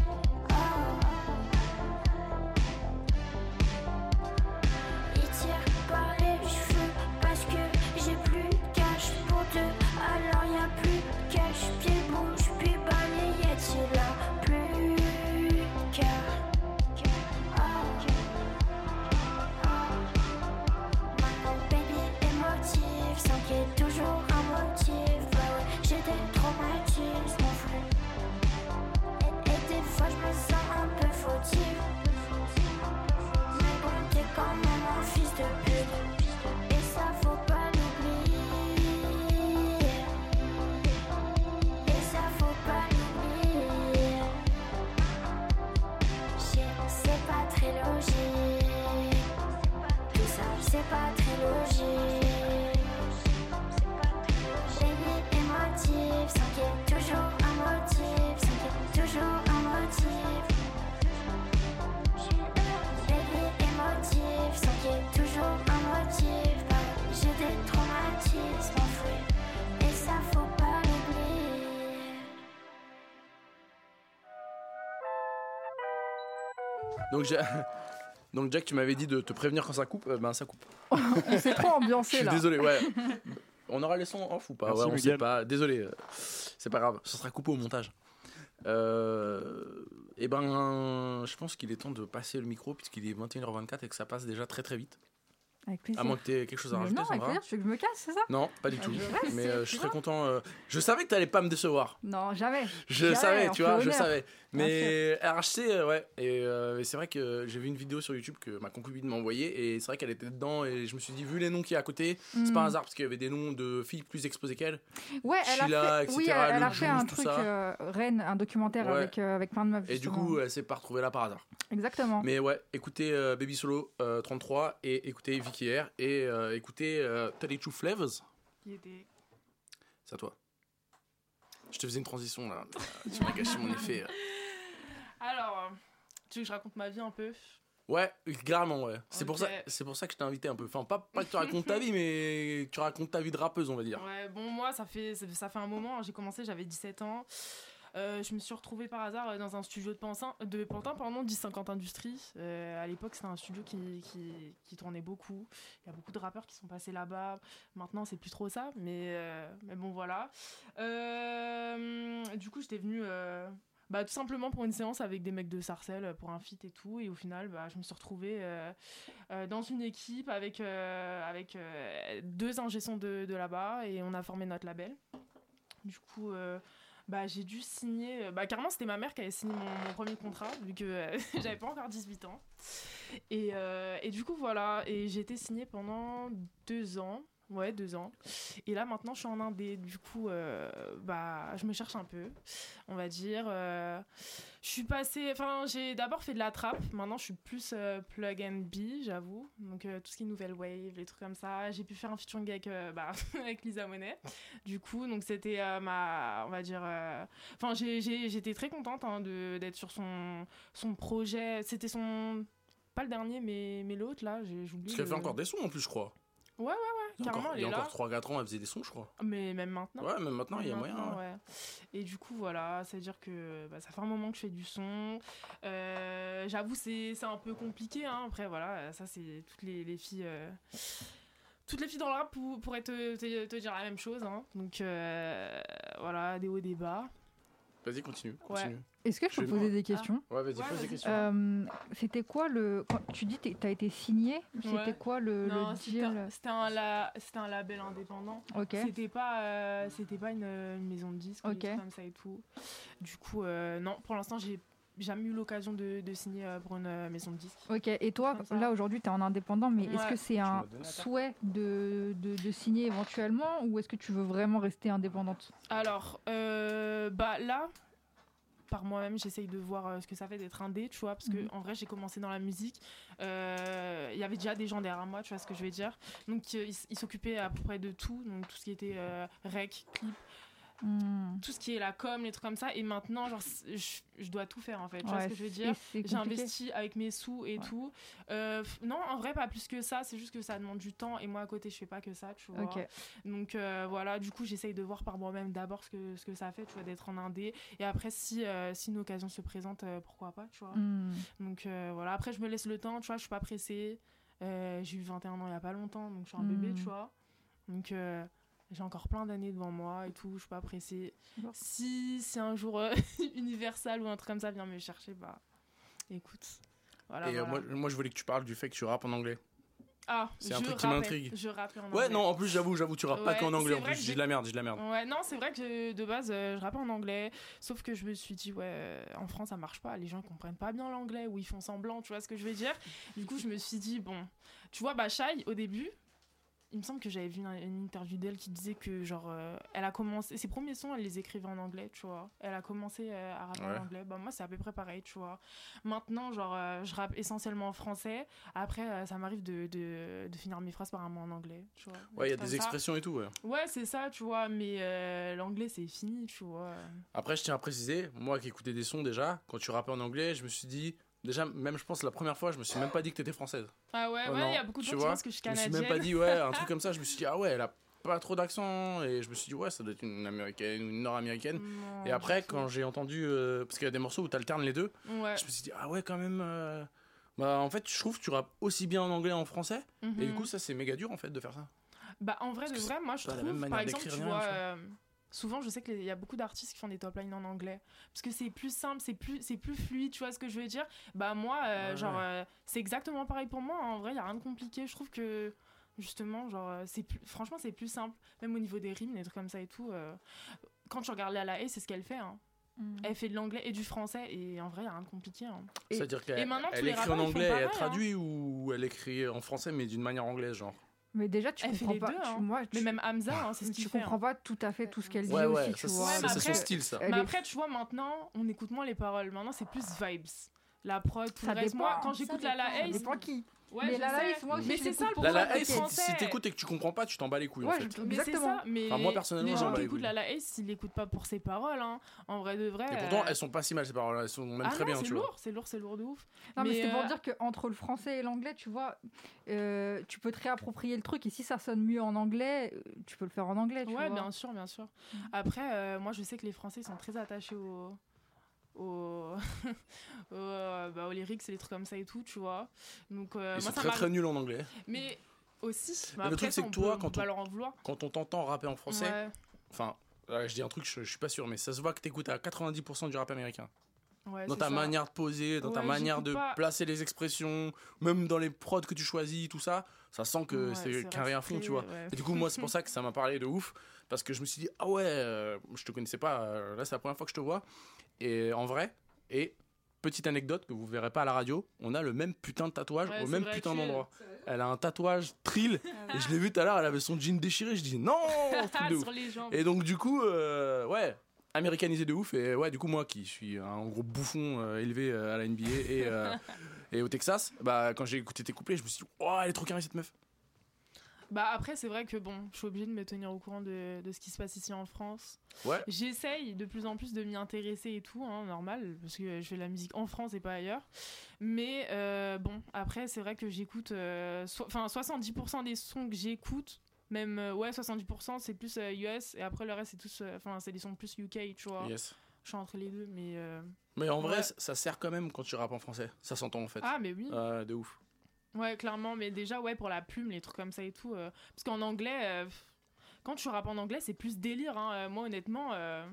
Il tire par les cheveux parce que j'ai plus de cash pour deux. Alors y a plus de cash, pied bouge, puis balayette. Il a plus de cœur. Maintenant baby émotif, sans qu'il y ait toujours un motif. Bah ouais, j'ai des traumatismes en fou. Et des fois je me sens un peu fautive. Mais bon, t'es quand même un fils de pute. Et ça faut pas l'oublier. Et ça faut pas l'oublier. C'est pas très logique. Tout ça, c'est pas très logique. Baby émotif, sans qu'il y ait toujours un motif. Sans qu'il y ait toujours un motif. Baby émotif, sans qu'il y ait toujours un motif. Bah, j'ai des traumatismes enfouis. Et ça faut pas l'oublier. Donc donc Jack, tu m'avais dit de te prévenir quand ça coupe, ben ça coupe. On s'est trop Je ambiancé suis là. désolé, ouais. On aura les sons off ou pas? Merci, Ouais, on Miguel. sait pas. Désolé, c'est pas grave. Ça sera coupé au montage. Et ben, je pense qu'il est temps de passer le micro puisqu'il est 21h24 et que ça passe déjà très très vite. Avec plaisir. À moins que tu aies quelque chose à Mais rajouter, non, avec Sandra. plaisir, tu veux que je me casse, c'est ça? Non, pas du tout. je reste, Mais je tu serais vois. content. Je savais que t'allais pas me décevoir. Non, jamais. Je Jamais, savais, on tu fait vois, je honneur. savais. Bien Mais RHC, ouais. Et c'est vrai que j'ai vu une vidéo sur YouTube que ma concubine m'a envoyée. Et c'est vrai qu'elle était dedans. Et je me suis dit, vu les noms qu'il y a à côté, c'est pas un hasard parce qu'il y avait des noms de filles plus exposées qu'elle. Ouais, elle Sheila, a fait, etc., oui, elle a Lou fait Juice, un tout truc, ça. Rennes, un documentaire Ouais. avec plein de meufs. Et du justement. coup, elle s'est pas retrouvée là par hasard. Exactement. Mais ouais, écoutez Baby Solo 33 et écoutez Vicky Air et écoutez 32 Flavors. Qui était... C'est à toi. Je te faisais une transition là. Tu m'as gâché mon effet. Alors, tu veux que je raconte ma vie un peu? Ouais, carrément, ouais. C'est Ok. pour ça que je t'ai invité un peu. Enfin, pas que tu racontes ta vie, mais que tu racontes ta vie de rappeuse, on va dire. Ouais, bon, moi, ça fait un moment. J'ai commencé, j'avais 17 ans. Je me suis retrouvée par hasard dans un studio de Pantin, pardon, 1050 Industries. À l'époque, c'était un studio qui tournait beaucoup. Il y a beaucoup de rappeurs qui sont passés là-bas. Maintenant, c'est plus trop ça, mais bon, voilà. Du coup, j'étais venue tout simplement pour une séance avec des mecs de Sarcelles pour un feat et tout. Et au final, je me suis retrouvée dans une équipe avec deux ingé-sons de là-bas et on a formé notre label. Du coup... j'ai dû signer... carrément, c'était ma mère qui avait signé mon premier contrat, vu que j'avais pas encore 18 ans. Et du coup, voilà. Et j'ai été signée pendant 2 ans. Ouais, 2 ans. Et là, maintenant, je suis en indé. Du coup, je me cherche un peu, on va dire. Je suis passée... Enfin, j'ai d'abord fait de la trappe. Maintenant, je suis plus plug and be, j'avoue. Donc, tout ce qui est nouvelle wave, les trucs comme ça. J'ai pu faire un featuring avec, avec Lisa Monet. Du coup, donc, c'était on va dire... Enfin, j'étais très contente d'être sur son projet. C'était son... Pas le dernier, mais l'autre, là. J'oublie. Parce qu'elle fait encore des sons en plus, je crois. Ouais, carrément, Il y a elle est là. encore 3-4 ans, elle faisait des sons, je crois. Mais même maintenant. Ouais, même maintenant, il y a moyen. Maintenant, ouais. Et du coup, voilà, c'est-à-dire que ça fait un moment que je fais du son. J'avoue, c'est un peu compliqué. Hein. Après, voilà, ça, c'est toutes les filles... Toutes les filles dans le rap pourraient te dire la même chose. Hein. Donc, voilà, des hauts et des bas. Vas-y, continue. Ouais. Est-ce que je peux poser des questions? Ouais, vas-y, Ouais, pose des vas-y. questions. C'était quoi quand tu dis t'as été signé? C'était quoi le deal? C'était un label indépendant. Ok. C'était pas une maison de disques ou Ok. des trucs comme ça et tout. Du coup, non, pour l'instant, j'ai jamais eu l'occasion de signer pour une maison de disques. Ok, et toi, Comme ça. là aujourd'hui, tu es en indépendant, mais est-ce Ouais. que c'est un m'as donné la carte. souhait de signer éventuellement ou est-ce que tu veux vraiment rester indépendante? Alors, là, par moi-même, j'essaye de voir ce que ça fait d'être indé, tu vois, parce que en vrai, j'ai commencé dans la musique. Il y avait déjà des gens derrière moi, tu vois ce que je veux dire. Donc, ils s'occupaient à peu près de tout, donc tout ce qui était rec, clip, tout ce qui est la com, les trucs comme ça. Et maintenant, genre, je dois tout faire en fait, tu vois ce que je veux dire. J'ai investi avec mes sous et tout. Non, en vrai, pas plus que ça. C'est juste que ça demande du temps. Et moi, à côté, je fais pas que ça, tu vois. Ok. Donc voilà, du coup, j'essaye de voir par moi-même d'abord ce que ça fait, tu vois, d'être en indé. Et après, si une occasion se présente, pourquoi pas, tu vois. Donc voilà, après, je me laisse le temps, tu vois, je suis pas pressée. J'ai eu 21 ans il y a pas longtemps, donc je suis un bébé, tu vois. Donc j'ai encore plein d'années devant moi et tout, je suis pas pressée. Bon. Si un jour Universal ou un truc comme ça vient me chercher, écoute. Voilà, Et voilà. moi, je voulais que tu parles du fait que tu rappes en anglais. Ah, C'est un je truc qui rappais. m'intrigue. Je rappais en anglais. Ouais, non, en plus, j'avoue, tu rappes pas Ouais, qu'en anglais. c'est En vrai plus, que je dis j'ai- de la merde. Ouais, non, c'est vrai que de base, je rappais en anglais. Sauf que je me suis dit, en France, ça marche pas. Les gens, ils comprennent pas bien l'anglais ou ils font semblant, tu vois ce que je veux dire. Du coup, je me suis dit, bon, tu vois, Shai, au début, il me semble que j'avais vu une interview d'elle qui disait que, genre, elle a commencé. Ses premiers sons, elle les écrivait en anglais, tu vois. Elle a commencé à rapper en anglais. Moi, c'est à peu près pareil, tu vois. Maintenant, genre, je rappe essentiellement en français. Après, ça m'arrive de finir mes phrases par un mot en anglais, tu vois. Ouais, il y a Comme des ça. expressions et tout, ouais. Ouais, c'est ça, tu vois, mais l'anglais, c'est fini, tu vois. Après, je tiens à préciser, moi qui écoutais des sons déjà, quand tu rappais en anglais, je me suis dit, déjà, même je pense la première fois, je me suis même pas dit que t'étais française. Ah ouais, Oh il non, y a beaucoup de tu gens qui vois, pensent que je suis Je me suis canadienne. même pas dit, un truc comme ça, je me suis dit, ah ouais, elle a pas trop d'accent, et je me suis dit, ouais, ça doit être une américaine ou une nord-américaine. Non, Et après, du tout. quand j'ai entendu, parce qu'il y a des morceaux où t'alternes les deux, Ouais. je me suis dit, ah ouais, quand même. En fait, je trouve que tu rappes aussi bien en anglais et en français, et du coup, ça, c'est méga dur en fait de faire ça. Bah, en vrai, de Parce que vrai, moi, je c'est pas la trouve, même par manière exemple, tu d'écrire, rien, vois, tu vois. souvent je sais qu'il y a beaucoup d'artistes qui font des top lines en anglais parce que c'est plus simple, c'est plus fluide, tu vois ce que je veux dire. Bah moi c'est exactement pareil pour moi, en vrai il y a rien de compliqué, je trouve que justement genre franchement c'est plus simple, même au niveau des rimes, des trucs comme ça et tout. Quand tu regardes la c'est ce qu'elle fait hein. Elle fait de l'anglais et du français et en vrai il y a rien de compliqué hein. C'est-à-dire qu'elle écrit en anglais et elle traduit ou elle écrit en français mais d'une manière anglaise genre. Mais déjà, tu comprends pas. Mais même Hamza, c'est ce qu'il fait. Tu comprends pas tout à fait tout ce qu'elle dit ouais, aussi, tu vois. C'est son style, ça. Mais après, tu vois, maintenant, on écoute moins les paroles. Maintenant, c'est plus vibes. La prod, tout ça le reste. Dépend. Moi, quand j'écoute la Ace... Ça dépend qui. Ouais, mais la Ace, moi aussi, mais c'est ça le problème. La Ace, si t'écoutes et que tu comprends pas, tu t'en bats les couilles, en fait. Mais c'est ça. Mais moi, personnellement, les gens qui écoutent la Ace, ils l'écoutent pas pour ses paroles, hein. En vrai de vrai. Et pourtant, elles sont pas si mal, ces paroles. Elles sont même très bien, tu vois. C'est lourd de ouf. Non, mais c'est pour dire qu'entre le français et l'anglais, tu vois, tu peux te réapproprier le truc. Et si ça sonne mieux en anglais, tu peux le faire en anglais, tu vois. Ouais, bien sûr. Après, moi, je sais que les Français sont très attachés aux lyrics et les trucs comme ça et tout, tu vois. Donc ils sont très nuls en anglais. Mais aussi le truc c'est que toi quand on t'entend rapper en français, enfin je dis un truc, je suis pas sûr, mais ça se voit que t'écoutes à 90% du rap américain. Dans ta manière de poser, dans ta manière de placer les expressions, même dans les prods que tu choisis, tout ça, ça sent que c'est qu'un rien fond, tu vois. Et du coup, moi, c'est pour ça que ça m'a parlé de ouf, parce que je me suis dit, ah ouais, je te connaissais pas, là, c'est la première fois que je te vois. Et en vrai, et petite anecdote que vous verrez pas à la radio, on a le même putain de tatouage au même putain d'endroit. Elle a un tatouage Trill, et je l'ai vu tout à l'heure, elle avait son jean déchiré, je dis non, truc de ouf. Et donc, du coup, américanisé de ouf, et ouais, du coup, moi qui suis un gros bouffon élevé à la NBA et au Texas, bah, quand j'ai écouté tes couplets, je me suis dit, oh, elle est trop carrée cette meuf. Bah après c'est vrai que je suis obligée de me tenir au courant de ce qui se passe ici en France. Ouais. J'essaye de plus en plus de m'y intéresser et tout, hein, normal, parce que je fais de la musique en France et pas ailleurs. Mais après c'est vrai que j'écoute, 70% des sons que j'écoute, même 70% c'est plus US et après le reste c'est tous, c'est des sons plus UK, tu vois. Yes. Je suis entre les deux, mais en vrai ça sert quand même quand tu rappes en français, ça s'entend en fait. Ah mais oui. De ouf. Ouais, clairement, mais déjà, pour la plume, les trucs comme ça et tout. Parce qu'en anglais, quand tu rappes en anglais, c'est plus délire. Hein. Moi, honnêtement,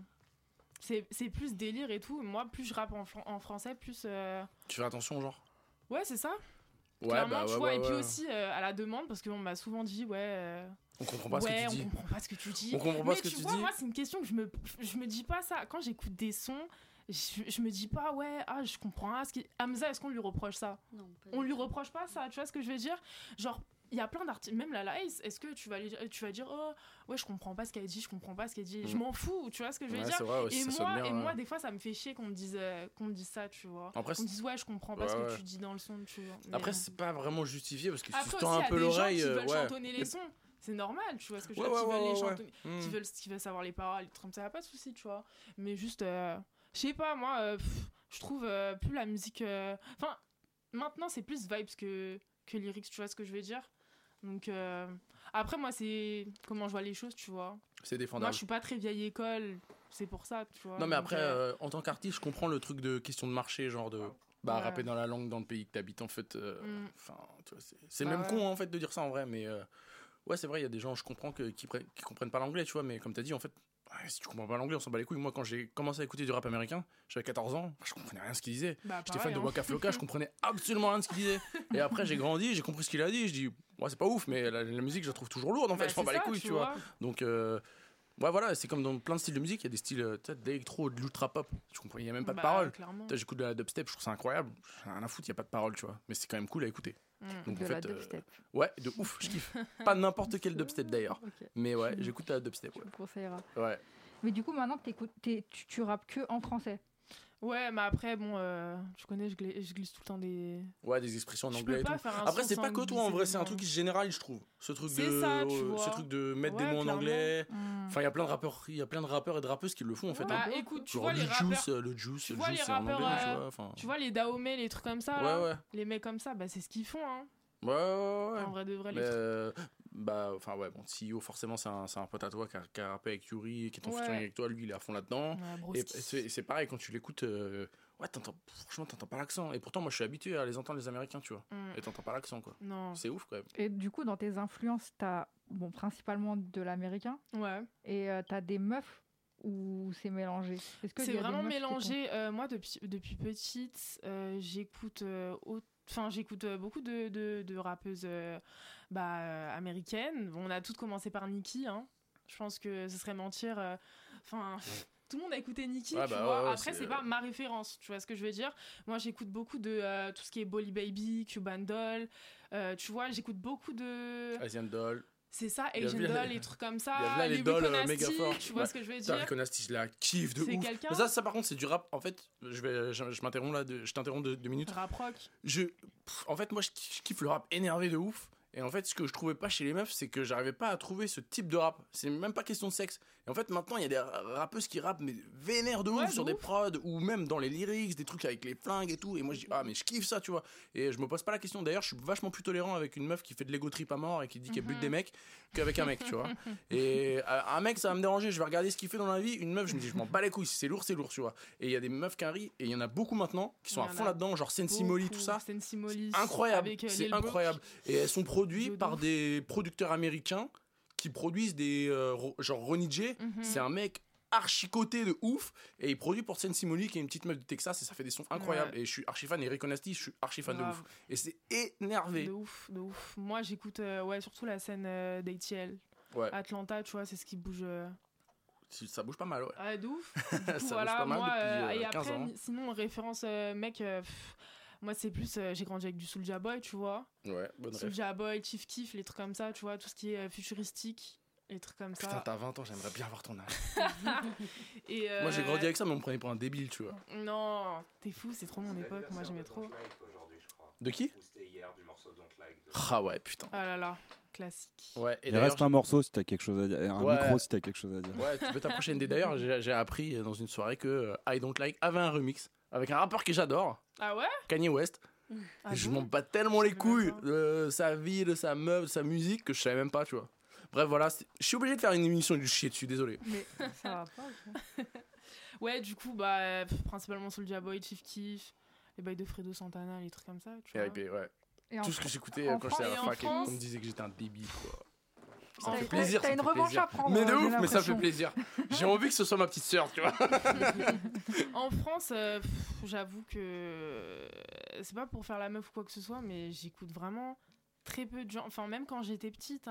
c'est plus délire et tout. Moi, plus je rappe en français, plus. Tu fais attention, genre ? Ouais, c'est ça. Ouais, clairement, tu vois. Et puis aussi, à la demande, parce qu'on m'a souvent dit, on comprend pas ce que tu dis. On comprend pas ce que tu dis. On comprend pas ce que tu dis. Mais tu vois, moi, c'est une question que je me dis pas ça. Quand j'écoute des sons. Je me dis pas je comprends Hamza, est-ce qu'on lui reproche ça? Non, on lui reproche pas ça, tu vois ce que je veux dire? Genre il y a plein d'artistes, même la Ace, est-ce que tu vas dire oh ouais je comprends pas ce qu'elle dit, je m'en fous, tu vois ce que je veux dire? Vrai, aussi, moi des fois ça me fait chier qu'on me dise ça, tu vois. Après, qu'on me dise je comprends pas ce que tu dis dans le son, tu vois. Mais après c'est pas vraiment justifié parce que si tu tends un peu l'oreille, qui veulent chantonner les sons. C'est normal, tu vois ce que je veux dire, qui veulent les chantonner, qui veulent savoir les paroles, comme ça, y a pas de souci, tu vois. Mais juste je sais pas, moi, je trouve plus la musique... maintenant, c'est plus vibes que lyrics, tu vois ce que je veux dire? Donc, après, moi, c'est comment je vois les choses, tu vois. C'est défendable. Moi, je suis pas très vieille école, c'est pour ça, tu vois. Non, mais après, en tant qu'artiste, je comprends le truc de question de marché, genre de... rapper dans la langue, dans le pays que t'habites, en fait. Tu vois, c'est même con, en fait, de dire ça, en vrai, mais... ouais, c'est vrai, il y a des gens, je comprends, qui comprennent pas l'anglais, tu vois, mais comme t'as dit, en fait... si tu comprends pas l'anglais, on s'en bat les couilles. Moi, quand j'ai commencé à écouter du rap américain, j'avais 14 ans, je comprenais rien de ce qu'il disait. J'étais fan de Waka Flocka, je comprenais absolument rien de ce qu'il disait. Et après, j'ai grandi, j'ai compris ce qu'il a dit. Je dis, ouais, c'est pas ouf, mais la musique, je la trouve toujours lourde. En fait, je m'en bats les couilles, tu vois. Donc, voilà, c'est comme dans plein de styles de musique. Il y a des styles d'électro, de l'ultra pop. Il y a même pas de paroles. J'écoute de la dubstep, je trouve ça incroyable. J'ai rien à foutre, il y a pas de paroles, tu vois. Mais c'est quand même cool à écouter. Donc, de la dubstep. Ouais, de ouf, je kiffe. Pas n'importe quel dubstep d'ailleurs. Okay. Mais ouais, j'écoute la dubstep. Je vous conseilleras. Ouais. Mais du coup, maintenant, tu rappes que en français. Ouais, mais après, tu connais, je glisse tout le temps des... Ouais, des expressions en anglais et tout. Après, c'est pas que toi, en vrai, c'est un truc qui se généralise, je trouve. Ce truc de mettre des mots en anglais. Enfin, il y a plein de rappeurs et de rappeuses qui le font, en fait. Bah, écoute, tu vois les rappeurs... Le juice, c'est en anglais, tu vois. Tu vois les Dahomey, les trucs comme ça, là. Les mecs comme ça, c'est ce qu'ils font, hein. Ouais. En vrai de vrai, les trucs. CEO, forcément, c'est un pote à toi qui a rappé avec Yuri, qui est en featuring avec toi, lui, il est à fond là-dedans. Et c'est pareil, quand tu l'écoutes, franchement, t'entends pas l'accent. Et pourtant, moi, je suis habitué à les entendre, les Américains, tu vois. Et t'entends pas l'accent, quoi. Non. C'est ouf, quand même. Et du coup, dans tes influences, t'as principalement de l'américain. Ouais. Et t'as des meufs ou c'est mélangé? Est-ce que il C'est y a des vraiment meufs qui mélangé. Moi, depuis petite, j'écoute beaucoup de rappeuses américaines. Bon, on a toutes commencé par Nicki. Hein. Je pense que ce serait mentir. Tout le monde a écouté Nicki, Ouais, tu bah, vois. ouais, Après, c'est pas ma référence, tu vois ce que je veux dire. Moi, j'écoute beaucoup de tout ce qui est Bolly Baby, Cuban Doll. Tu vois, j'écoute beaucoup de... Asian Doll. C'est ça, Il y a Asian vu- Doll, les trucs comme il y ça. a là les les dolls, Rico Nasty, méga forts. tu vois Ouais. ce que je veux Putain, dire. Rico Nasty, je la kiffe de C'est ouf. quelqu'un Mais ça, par contre, c'est du rap. En fait, je m'interromps là, je t'interromps 2 minutes. Rap rock. En fait, moi, je kiffe le rap énervé de ouf. Et en fait, ce que je trouvais pas chez les meufs, c'est que j'arrivais pas à trouver ce type de rap. C'est même pas question de sexe. Et en fait, maintenant, il y a des rappeuses qui rappent, mais vénèrent de ouf Ouais, sur de des ouf. prods, ou même dans les lyrics, des trucs avec les flingues et tout. Et moi, je dis, ah, mais je kiffe ça, tu vois. Et je me pose pas la question. D'ailleurs, je suis vachement plus tolérant avec une meuf qui fait de l'ego trip à mort et qui dit qu'elle bute des mecs qu'avec un mec, tu vois. Et un mec, ça va me déranger. Je vais regarder ce qu'il fait dans la vie. Une meuf, je me dis, je m'en bats les couilles. Si c'est lourd, tu vois. Et il y a des meufs qui rient, et il y en a beaucoup maintenant qui sont Il y à en fond a là-dedans, genre Sensi Molly, tout ça. Sensi Molly. Incroyable, Avec, c'est Lil Brooke. incroyable. Et elles sont produites De par ouf. des producteurs américains qui produisent des genre Ronnie J. Mhm. C'est un mec archi-coté de ouf, et il produit pour Sensi Molly, qui est une petite meuf de Texas, et ça fait des sons incroyables. Ouais. Et je suis archi fan, et Rico Nasty, je suis archi fan de Grave. ouf. Et c'est énervé. De ouf, de ouf. Moi, j'écoute surtout la scène d'ATL. Ouais. Atlanta, tu vois, c'est ce qui bouge. Ça bouge pas mal, ouais. Ah, de ouf. Du coup, Ça bouge voilà, pas mal moi, depuis et 15 après, ans. sinon, référence mec, moi, c'est plus. J'ai grandi avec du Soulja Boy, tu vois. Ouais, bonne rêve. Soulja Boy, Chief Keef, les trucs comme ça, tu vois, tout ce qui est futuristique, les trucs comme Putain, ça. t'as 20 ans, j'aimerais bien avoir ton âge. Et, Moi, j'ai grandi avec ça, mais on me prenait pour un débile, tu vois. Non, t'es fou, c'est trop mon époque, moi j'aimais trop. De qui? Ah ouais, putain. Ah là là, classique. Ouais, et Il d'ailleurs, reste un morceau si t'as quelque chose à dire. Un Ouais. micro si t'as quelque chose à dire. ouais, tu peux t'approcher ND. D'ailleurs, j'ai appris dans une soirée que I Don't Like avait un remix avec un rappeur que j'adore, Ah ouais? Kanye West. Ah Et je bon? m'en bats tellement les Je couilles savais de sa vie, de sa meuf, de sa musique, que je savais même pas, tu vois. Bref, voilà, je suis obligé de faire une émission du chier dessus, désolé. Mais ça va pas. quoi. Ouais, du coup, principalement Soulja Boy, Chief Keef, les bails de Fredo Santana, les trucs comme ça, tu Et vois. puis, ouais. Et en Tout ce que j'écoutais en quand j'étais à la France- fac et et en qu'on France- me disait que j'étais un débile, quoi. Ça T'as- me fait t'as- plaisir, t'as ça une me fait revanche plaisir. à prendre, Mais de j'ai ouf, mais ça me l'impression. fait plaisir. J'ai envie que ce soit ma petite sœur, tu vois. En France, j'avoue que c'est pas pour faire la meuf ou quoi que ce soit, mais j'écoute vraiment très peu de gens. Enfin, même quand j'étais petite,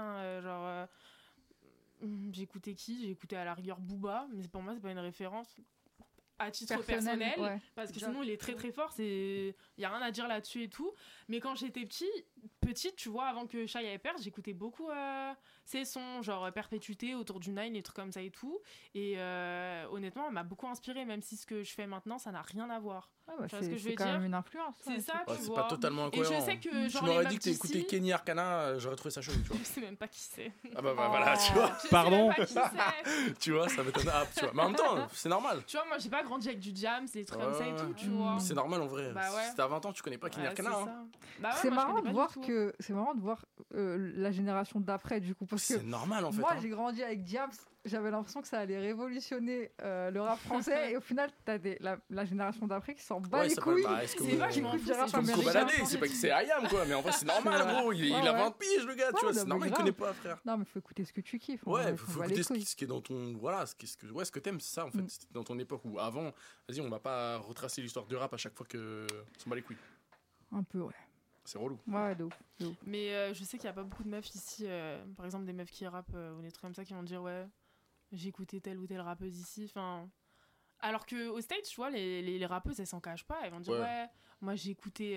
j'écoutais qui? J'écoutais à la rigueur Booba, mais pour moi, c'est pas une référence à titre personnel. ouais. Parce que sinon, il est très très fort. Il y a rien à dire là-dessus et tout. Mais quand j'étais petite, tu vois, avant que Shai ait perdu, j'écoutais beaucoup ces sons, genre Perpétuité, Autour du Nine, les trucs comme ça et tout. Et honnêtement, elle m'a beaucoup inspirée, même si ce que je fais maintenant, ça n'a rien à voir. Ah bah, Tu vois ce que je c'est veux quand dire? même une influence. C'est ouais, ça, Ouais, tu c'est vois. pas totalement Et incohérent. je sais que, Tu genre, m'aurais les dit que t'as meufs écouté d'ici- Kenny Arcana, j'aurais trouvé ça chelou, tu vois. Je sais même pas qui c'est. Ah bah Oh. voilà, tu vois. Je sais Pardon même pas qui c'est. Tu vois, ça m'étonne. Ah, tu vois. Mais en même temps, c'est normal. Tu vois, moi, j'ai pas grandi avec du jams, des trucs comme ça et Ouais, tout, ouais. tu vois. C'est normal en vrai. Bah ouais. Si t'as 20 ans, tu connais pas Kenny Ouais, Arcana. c'est hein. ça. Bah ouais, C'est moi, je marrant connais de pas voir du tout. que c'est marrant de voir la génération d'après du coup parce que C'est normal en fait. moi hein. j'ai grandi avec Diams, j'avais l'impression que ça allait révolutionner le rap français et au final t'as la génération d'après qui s'en bat Ouais, les ça couilles. bah, est-ce que C'est vous- vachement J'écoute fou, du rap c'est Comme américain. Kobalade, c'est pas que c'est Ayam quoi, mais en vrai c'est normal Ouais. gros, il Ouais, a ouais. 20 piges le gars, tu Ouais, vois, non, c'est mais normal, il grave. connaît pas frère. Non mais faut écouter ce que tu kiffes. Ouais, on faut va les écouter ce couilles. qui est dans ton voilà, ce que t'aimes, c'est ça en fait, c'est dans ton époque ou avant. Vas-y, on va pas retracer l'histoire du rap à chaque fois que on s'en bat les couilles. Un peu ouais. C'est relou. Ouais de ouf. Mais je sais qu'il y a pas beaucoup de meufs ici, par exemple des meufs qui rappent ou des trucs comme ça qui vont dire ouais, j'ai écouté telle ou telle rappeuse ici. Enfin, alors que aux States, tu vois, les rappeuses elles s'en cachent pas, elles vont dire Ouais. ouais, moi j'ai écouté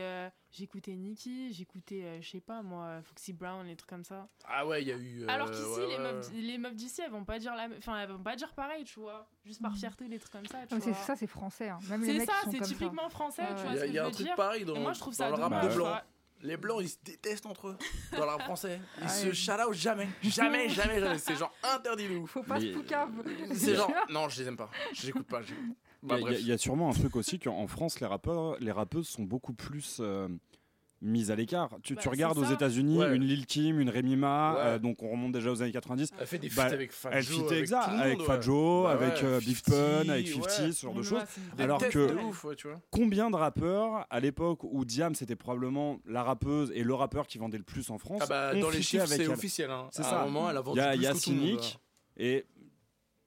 Nicki, j'ai écouté je sais pas moi Foxy Brown, les trucs comme ça. Ah ouais, il y a eu Alors qu'ici ouais, les meufs d'ici elles vont pas dire elles vont pas dire pareil, tu vois, juste par fierté des trucs comme ça. Tu Non, mais vois. ça c'est français. Hein. Même les C'est mecs ça, qui sont c'est comme typiquement français, Ouais, tu ouais. vois ce que il y je a un veux truc dire. pareil dans Et moi je trouve ça dans le rap dommage. de tu blanc. vois. Les blancs, ils se détestent entre eux dans le rap français. Ils Ah, se ouais. shout-out jamais. Jamais. C'est genre interdit de ouf. Faut pas se Mais- poucave. C'est genre non, je les aime pas. Je les écoute pas. Bah, Il bref. y a sûrement un truc aussi qu'en France, les rappeuses sont beaucoup plus mises à l'écart. Tu Bah, regardes c'est aux ça. États-Unis, Ouais. une Lil Kim, une Remy Ma, Ouais. donc on remonte déjà aux années 90. Elle fait des feats Bah, avec Fat Elle Joe, fitait avec exact, tout le monde, avec ouais. Fat Joe, Bah avec ouais, Big 50, Pun, avec 50, ouais. ce genre de Ouais, choses. c'est- Des Alors têtes que- de ouf, ouais, tu vois. Combien de rappeurs, à l'époque où Diam c'était probablement la rappeuse et le rappeur qui vendait le plus en France, Ah bah ont dans les fiché chiffres avec c'est elle. officiel hein. C'est À ça. un moment elle a Il vendu y a, plus il y a que tout le monde. Cynic et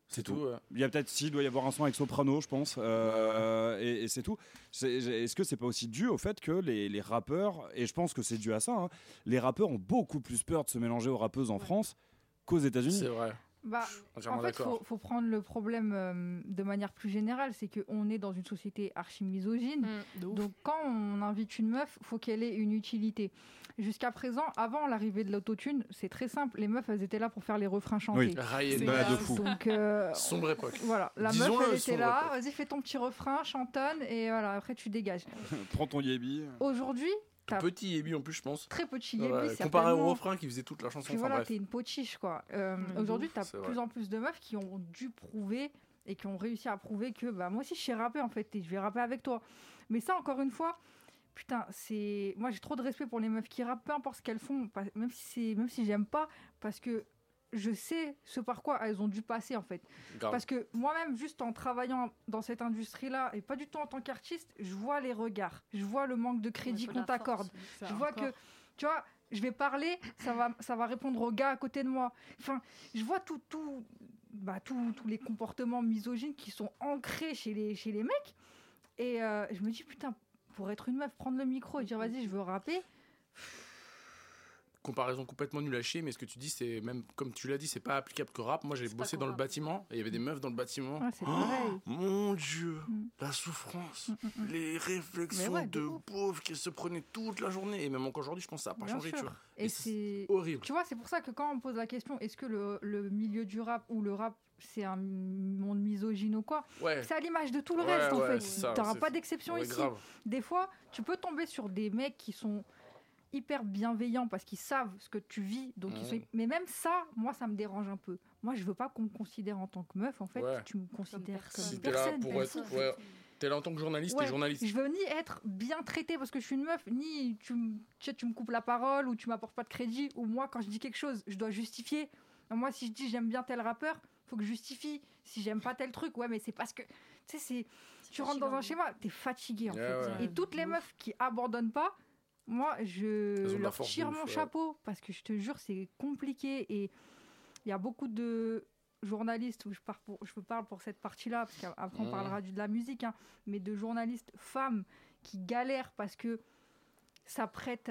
C'est tout. Il y a peut-être il doit y avoir un son avec Soprano, je pense, et c'est tout. Est-ce que c'est pas aussi dû au fait que les rappeurs, et je pense que c'est dû à ça, hein, les rappeurs ont beaucoup plus peur de se mélanger aux rappeuses en France qu'aux États-Unis. C'est vrai. Bah, en fait, il faut prendre le problème de manière plus générale, c'est qu'on est dans une société archi-misogyne. Donc quand on invite une meuf, il faut qu'elle ait une utilité. Jusqu'à présent, avant l'arrivée de l'autotune, c'est très simple. Les meufs, elles étaient là pour faire les refrains chantés. Oui, de fou. Donc, sombre époque. Voilà, la meuf, elle était là, vas-y, fais ton petit refrain, chantonne, et voilà, après tu dégages. Prends ton yébi. Aujourd'hui, t'as petit yébi en plus, je pense. très petit yébi, comparé au refrain qui faisait toute la chanson. Puis voilà, t'es une potiche, quoi. Aujourd'hui, t'as c'est plus en plus de meufs qui ont dû prouver et qui ont réussi à prouver que bah, moi aussi, je sais rapper, en fait, et je vais rapper avec toi. Mais ça, encore une fois, putain, c'est... Moi, j'ai trop de respect pour les meufs qui rappent, peu importe ce qu'elles font, même si j'aime pas, parce que je sais ce par quoi elles ont dû passer, en fait. Grave. Parce que moi-même, juste en travaillant dans cette industrie-là, et pas du tout en tant qu'artiste, je vois les regards, je vois le manque de crédit qu'on t'accorde. Je vois que, tu vois, je vais parler, ça va répondre au gars à côté de moi. Enfin, je vois tous les comportements misogynes qui sont ancrés chez les mecs. Et je me dis, putain, pour être une meuf, prendre le micro et dire, vas-y, je veux rapper... Comparaison complètement nulle à chier, mais ce que tu dis, c'est même, comme tu l'as dit, c'est pas applicable que rap. Moi, j'ai bossé dans le bâtiment et il y avait des meufs dans le bâtiment. Ouais, c'est pareil. Mon Dieu, la souffrance, les réflexions de pauvres qui se prenaient toute la journée. Et même encore aujourd'hui, je pense que ça n'a pas changé, tu vois. Et c'est horrible. Tu vois, c'est pour ça que quand on me pose la question, est-ce que le milieu du rap ou le rap, c'est un monde misogyne ou quoi, c'est à l'image de tout le reste, en fait. T'auras pas d'exception ici. Grave. Des fois, tu peux tomber sur des mecs qui sont hyper bienveillants parce qu'ils savent ce que tu vis, donc mais même ça, moi, ça me dérange un peu. Moi, je veux pas qu'on me considère en tant que meuf, en fait. Tu me considères comme si personne. T'es là pour être... T'es là en tant que journaliste, t'es journaliste. Je veux ni être bien traitée parce que je suis une meuf, ni tu me coupes la parole ou tu m'apportes pas de crédit, ou moi, quand je dis quelque chose, je dois justifier. Moi, si je dis j'aime bien tel rappeur, faut que je justifie. Si j'aime pas tel truc, mais c'est parce que, tu sais, tu rentres dans un schéma, t'es fatigué, en fait. Et toutes les meufs qui abandonnent pas, moi, je leur tire mon chapeau parce que je te jure, c'est compliqué. Et il y a beaucoup de journalistes, où je parle pour cette partie-là, parce qu'après on parlera de la musique, hein, mais de journalistes femmes qui galèrent parce que ça prête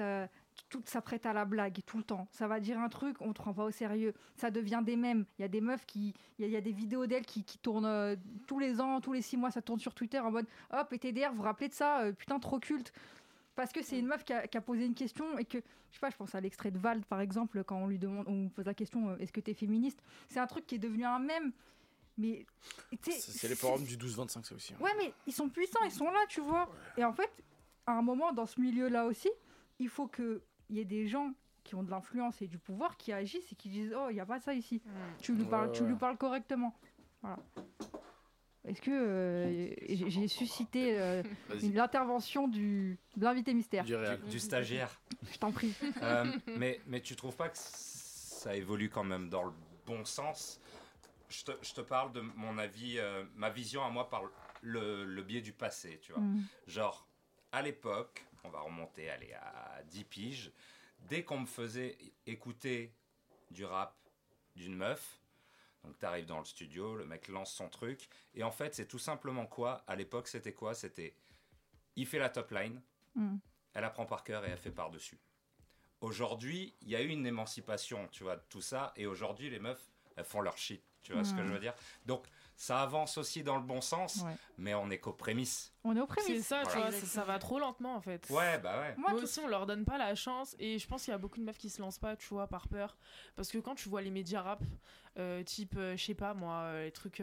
à la blague tout le temps. Ça va dire un truc, on te prend pas au sérieux. Ça devient des mèmes. Il y a des meufs il y a des vidéos d'elles qui tournent tous les ans, tous les 6 mois, ça tourne sur Twitter en mode « Oh, PTDR, vous vous rappelez de ça putain, trop culte !» Parce que c'est une meuf qui a posé une question et que, je sais pas, je pense à l'extrait de Vald, par exemple, quand on pose la question est-ce que t'es féministe ? C'est un truc qui est devenu un mème. Mais c'est les forums du 12-25, ça aussi. Ouais, mais ils sont puissants, ils sont là, tu vois. Et en fait, à un moment, dans ce milieu-là aussi, il faut qu'il y ait des gens qui ont de l'influence et du pouvoir qui agissent et qui disent oh, il n'y a pas ça ici. Tu lui parles correctement. Voilà. Est-ce que j'ai suscité l'intervention de l'invité mystère du stagiaire. Je t'en prie. Mais tu trouves pas que ça évolue quand même dans le bon sens ? Je te parle de mon avis, ma vision à moi par le biais du passé, tu vois. Genre, à l'époque, on va remonter à 10 piges, dès qu'on me faisait écouter du rap d'une meuf, donc t'arrives dans le studio, le mec lance son truc, et en fait c'est tout simplement quoi ? À l'époque c'était quoi ? C'était, il fait la top line, elle apprend par cœur et elle fait par-dessus. Aujourd'hui, il y a eu une émancipation, tu vois, de tout ça, et aujourd'hui les meufs, elles font leur shit, tu vois ce que je veux dire ? Donc ça avance aussi dans le bon sens, mais on est qu'aux prémices. On est aux prémices. C'est ça, tu vois, ça va trop lentement en fait. Ouais, bah ouais. Moi aussi, on leur donne pas la chance, et je pense qu'il y a beaucoup de meufs qui se lancent pas, tu vois, par peur. Parce que quand tu vois les médias rap, type, je sais pas moi, les trucs.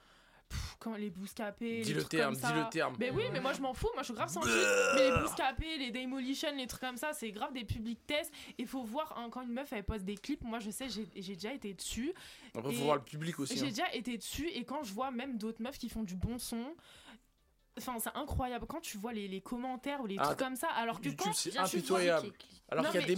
Quand les bouscapés, dis les le trucs comme ça. terme. Mais oui, mais moi je m'en fous, moi je suis grave sensible. Mais les bouscapés, les Demolition, les trucs comme ça, c'est grave des public tests. Il faut voir quand une meuf elle poste des clips, moi je sais, j'ai déjà été dessus. Après, faut voir le public aussi. J'ai déjà été dessus, et quand je vois même d'autres meufs qui font du bon son. Enfin, c'est incroyable quand tu vois les commentaires ou les trucs comme ça. Alors que YouTube, c'est impitoyable. Alors qu'il y a des mecs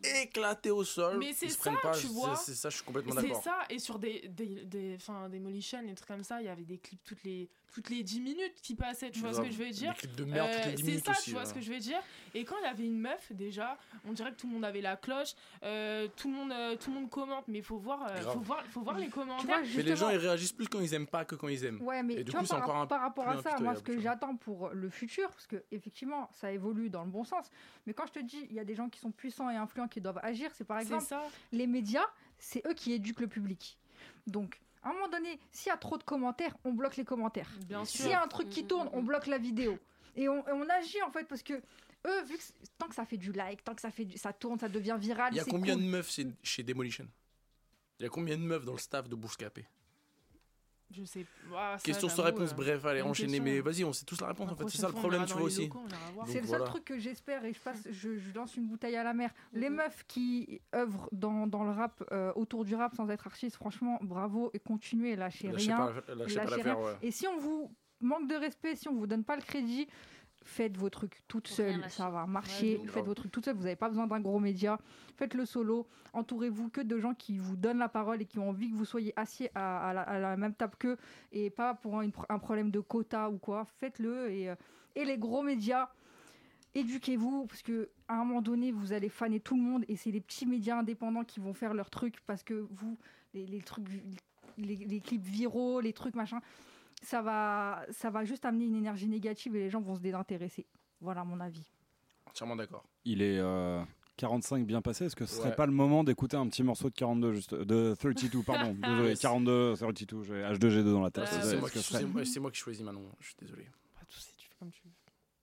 éclatés au sol. Mais c'est ils se ça, prennent pas, tu vois. C'est ça, je suis complètement C'est d'accord. ça, et sur des Demolition et des trucs comme ça, il y avait des clips toutes les 10 minutes qui passaient, tu vois ce que je veux dire. Des clips de merde toutes les 10 minutes c'est ça, aussi, tu vois ce que je veux dire. Et quand il y avait une meuf, déjà, on dirait que tout le monde avait la cloche, tout le monde commente, mais il faut voir les commentaires. Mais les gens, ils réagissent plus quand ils aiment pas que quand ils aiment. Ouais, mais et du tu coup, vois, c'est encore par rapport à ça, moi, ce que impitoyable, j'attends pour le futur, parce que effectivement, ça évolue dans le bon sens. Mais quand je te dis, il y a des gens qui sont puissants et influents qui doivent agir, c'est par exemple les médias, c'est eux qui éduquent le public. Donc, à un moment donné, s'il y a trop de commentaires, on bloque les commentaires. Bien sûr. S'il y a un truc qui tourne, on bloque la vidéo. Et on agit en fait parce que eux, vu que tant que ça fait du like, tant que ça tourne, ça devient viral. Il y a c'est combien cool. de meufs chez Demolition? Il y a combien de meufs dans le staff de Bouscapé? Je sais. Question sans réponse, bref, allez, enchaîner. Mais vas-y, on sait tous la réponse en fait. C'est ça le problème, tu vois aussi. C'est le seul truc que j'espère et je lance une bouteille à la mer. Les meufs qui œuvrent dans le rap, autour du rap sans être artistes, franchement, bravo et continuez, lâchez rien. Lâchez pas l'affaire, ouais. Et si on vous manque de respect, si on vous donne pas le crédit, faites vos trucs toutes seules, ça va marcher. Faites vos trucs toutes seules, vous n'avez pas besoin d'un gros média. Faites-le solo. Entourez-vous que de gens qui vous donnent la parole et qui ont envie que vous soyez assis à la même table qu'eux et pas pour un problème de quota ou quoi. Faites-le et les gros médias, éduquez-vous parce que à un moment donné, vous allez faner tout le monde et c'est les petits médias indépendants qui vont faire leurs trucs parce que vous, les trucs, les clips viraux, les trucs machin. Ça va juste amener une énergie négative et les gens vont se désintéresser. Voilà mon avis. Entièrement d'accord. Il est 45 bien passé. Est-ce que ce serait pas le moment d'écouter un petit morceau de 42, de 32, pardon. Désolé, 42, 32, j'ai H2G2 dans la tête. C'est moi qui choisis Manon, je suis désolé. Pas de soucis, tu fais comme tu veux.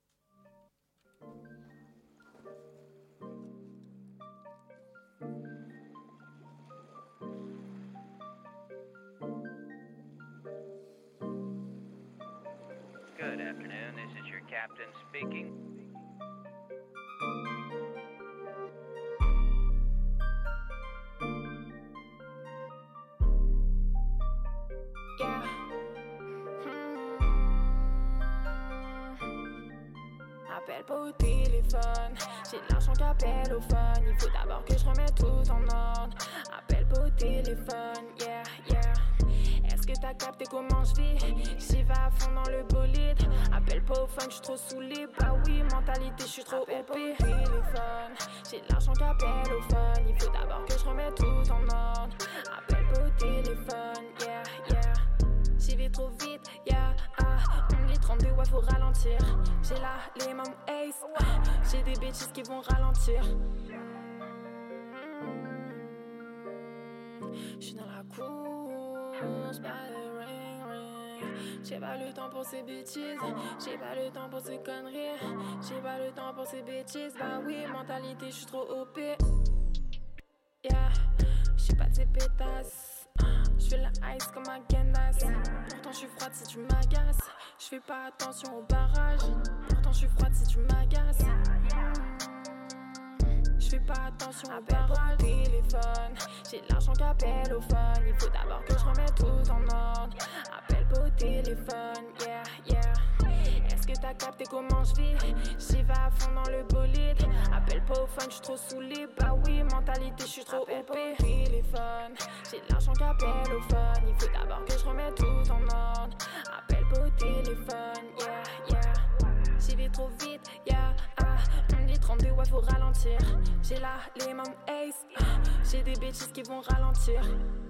Good afternoon, this is your captain speaking. Yeah. Appelle pas au téléphone, j'ai de l'argent qu'appelle au phone. Il faut d'abord que je remette tout en ordre. Appelle pas au téléphone, yeah, yeah. Est-ce que t'as capté comment je vis? J'y vais à fond dans le bolide. Appelle pas au phone, j'suis trop saoulé. Bah oui, mentalité, j'suis trop OP. Téléphone, j'ai de l'argent qu'appelle au phone. Il faut d'abord que je remette tout en ordre. Appelle pas au téléphone, yeah, yeah. J'y vais trop vite, yeah, on est 32, ouais, faut ralentir. J'ai là les mêmes ace, j'ai des bitches qui vont ralentir. J'suis dans la course, pas le ring ring. J'ai pas le temps pour ces bêtises, j'ai pas le temps pour ces conneries. J'ai pas le temps pour ces bêtises, bah oui, mentalité, j'suis trop OP. Yeah, j'suis pas de ces pétasses. J'fais la ice comme un Gendas. Pourtant j'suis froide si tu m'agaces. J'fais pas attention au barrage. Pourtant j'suis froide si tu m'agaces. J'fais pas attention au barrage. Téléphone, j'ai de l'argent qu'appelle au phone. Il faut d'abord que je remette tout en ordre. Appelle pas au téléphone, yeah, yeah. Est-ce que t'as capté comment je vis? J'y vais à fond dans le bolide. Appelle pas au phone, j'suis trop saoulé. Bah oui, mentalité, j'suis trop OP. Téléphone, j'ai de l'argent qu'appelle au phone. Il faut d'abord que je remette tout en ordre. Appelle pas au téléphone, yeah, yeah. J'y vais trop vite, yeah, on est 32, ouais, faut ralentir. J'ai là les mêmes ace, j'ai des bitches qui vont ralentir.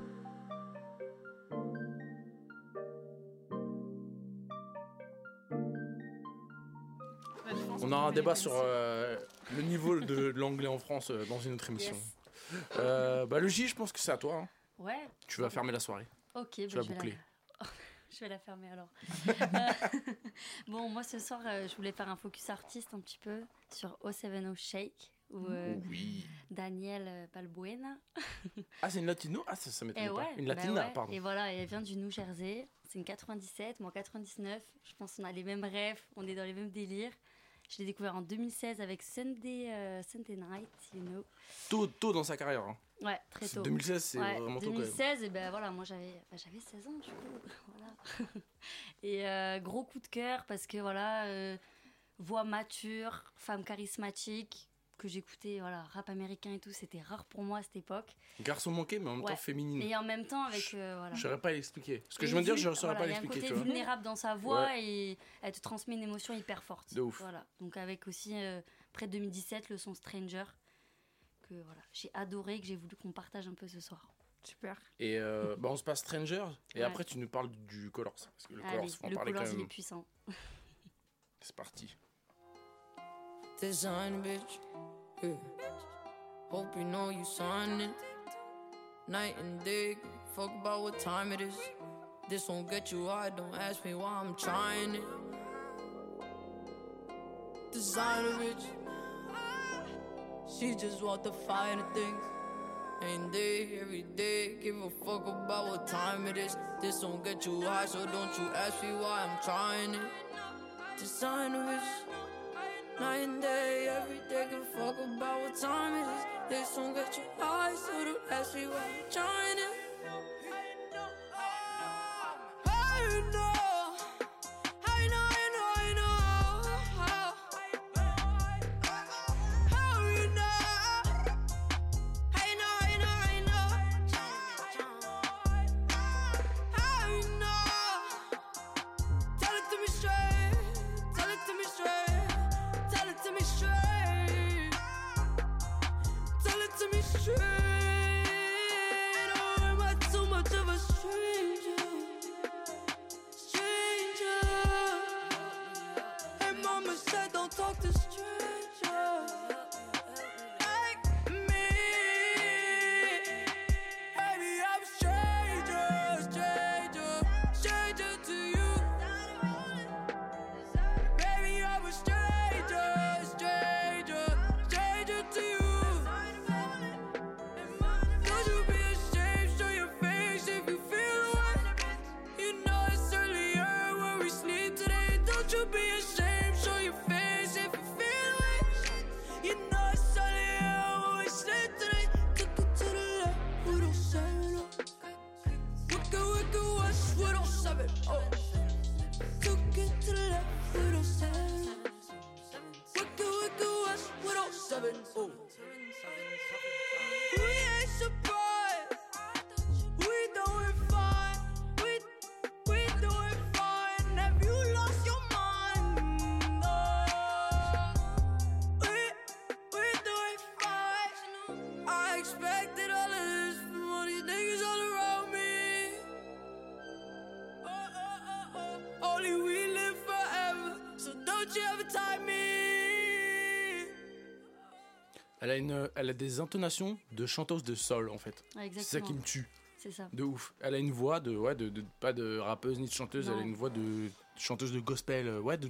On aura un débat sur le niveau de l'anglais en France dans une autre émission. Yes. Le J, je pense que c'est à toi. Hein. Ouais. Tu vas fermer la soirée. Ok, tu vas boucler. Je vais la fermer alors. Bon, moi ce soir, je voulais faire un focus artiste un petit peu sur O70 Shake ou Daniel Balbuena. Ah, c'est une latino? Ah, ça m'étonne pas. Ouais, une latina, ouais. pardon. Et voilà, elle vient du New Jersey. C'est une 97, moi 99. Je pense qu'on a les mêmes rêves, on est dans les mêmes délires. Je l'ai découvert en 2016 avec Sunday Night, you know. Tôt dans sa carrière. Hein. Ouais, très tôt. 2016, c'est vraiment tôt 2016, et ben voilà, moi j'avais 16 ans du coup. Voilà. Et gros coup de cœur parce que voilà, voix mature, femme charismatique, que j'écoutais, voilà, rap américain et tout, c'était rare pour moi à cette époque. Garçon manqué, mais en même temps féminine. Et en même temps avec voilà. Je saurais pas l'expliquer. Ce que je viens de dire, je ne saurais pas l'expliquer. Il y a un côté vulnérable dans sa voix et elle te transmet une émotion hyper forte. De ouf. Voilà. Donc avec aussi près de 2017 le son Stranger que voilà, j'ai adoré, que j'ai voulu qu'on partage un peu ce soir. Super. Et on se passe Stranger et après tu nous parles du Colors parce que le Colors, faut en parler quand même. Il est puissant. C'est parti. Design bitch, yeah. Hope you know you sign it. Night and day, fuck about what time it is. This won't get you high, don't ask me why I'm trying it. Designer bitch, she just want the finer things. Ain't day, every day, give a fuck about what time it is. This won't get you high, so don't you ask me why I'm trying it. Designer bitch, night and day, every day, give a fuck about what time it is. This won't get you high, so don't ask me why I'm trying it. How you know? Elle a des intonations de chanteuse de soul en fait. Ah, c'est ça qui me tue. C'est ça. De ouf. Elle a une voix pas de rappeuse ni de chanteuse, non. Elle a une voix de chanteuse de gospel,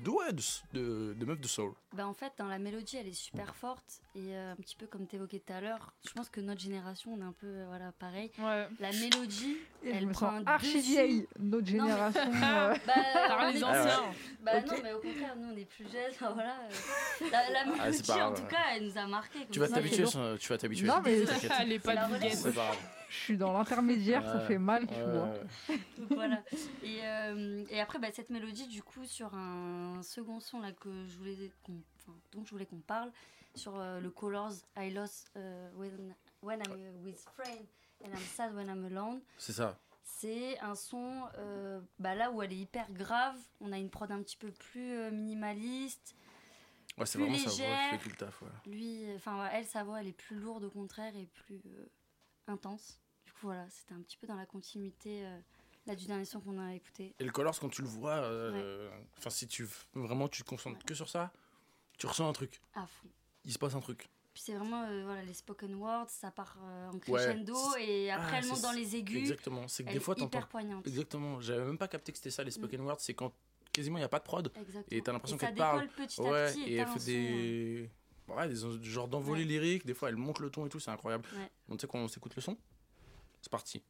de meuf de soul. Bah en fait, dans la mélodie, elle est super forte et un petit peu comme t'évoquais tout à l'heure, je pense que notre génération, on est un peu pareil. Ouais. La mélodie, Et elle je me prend sens un archi dessus. vieille, notre génération. Par les anciens. Bah Ok. non, mais au contraire, nous on est plus jeunes. Voilà. La mélodie, c'est pas en grave. tout cas, elle nous a marqué. Tu vas t'habituer. Non, mais t'inquiète. Elle est pas la de relève. C'est pas grave. je suis dans l'intermédiaire, ça fait mal, tu vois. Donc voilà. Et après, bah, cette mélodie, du coup, sur un second son là, dont je voulais qu'on parle, sur le Colors, I Lost when I'm with friend and I'm sad when I'm alone. C'est ça. C'est un son là où elle est hyper grave. On a une prod un petit peu plus minimaliste. Ouais, c'est plus vraiment sa voix légère. qui fait tout le taf. Ouais. Elle, sa voix, elle est plus lourde au contraire et plus intense. Du coup, voilà, c'était un petit peu dans la continuité du dernier son qu'on a écouté. Et le Colors, quand tu le vois, si tu te concentres que sur ça, tu ressens un truc. À fond. Il se passe un truc. Puis c'est vraiment les spoken words, ça part en crescendo et après elle monte dans les aigus. Exactement. C'est que elle des fois est hyper poignante. Exactement. J'avais même pas capté que c'était ça les spoken words. C'est quand quasiment il y a pas de prod. Exactement. Et t'as l'impression Et ça qu'elle parle. décolle petit à petit et elle fait des genres d'envolées lyriques. Des fois elle monte le ton et tout. C'est incroyable. Ouais. Donc tu sais qu'on s'écoute le son. C'est parti.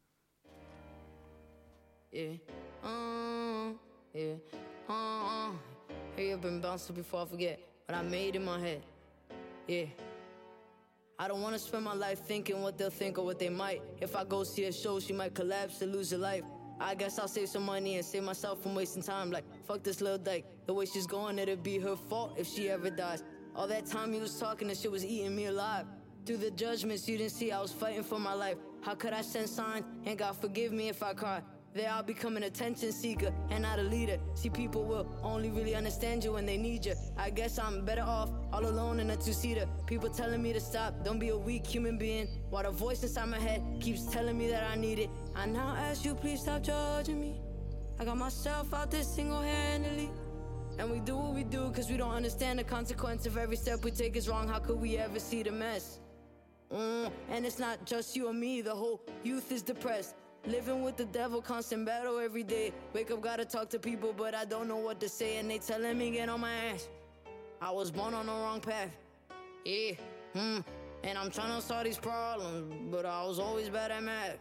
Yeah. Yeah. Hey, I've been bounced before I forget what I made in my head. Yeah. I don't wanna spend my life thinking what they'll think or what they might. If I go see a show, she might collapse and lose her life. I guess I'll save some money and save myself from wasting time. Like, fuck this little dyke. The way she's going, it'll be her fault if she ever dies. All that time you was talking, that shit was eating me alive. Through the judgments you didn't see, I was fighting for my life. How could I send signs? And God forgive me if I cry. There I'll become an attention seeker and not a leader. See, people will only really understand you when they need you. I guess I'm better off all alone in a two-seater. People telling me to stop, don't be a weak human being. While the voice inside my head keeps telling me that I need it. I now ask you, please stop judging me. I got myself out there single-handedly. And we do what we do cause we don't understand the consequence of every step we take is wrong. How could we ever see the mess? And it's not just you and me, the whole youth is depressed. Living with the devil, constant battle every day. Wake up, gotta talk to people, but I don't know what to say. And they telling me get on my ass. I was born on the wrong path. Yeah, and I'm trying to solve these problems, but I was always bad at math.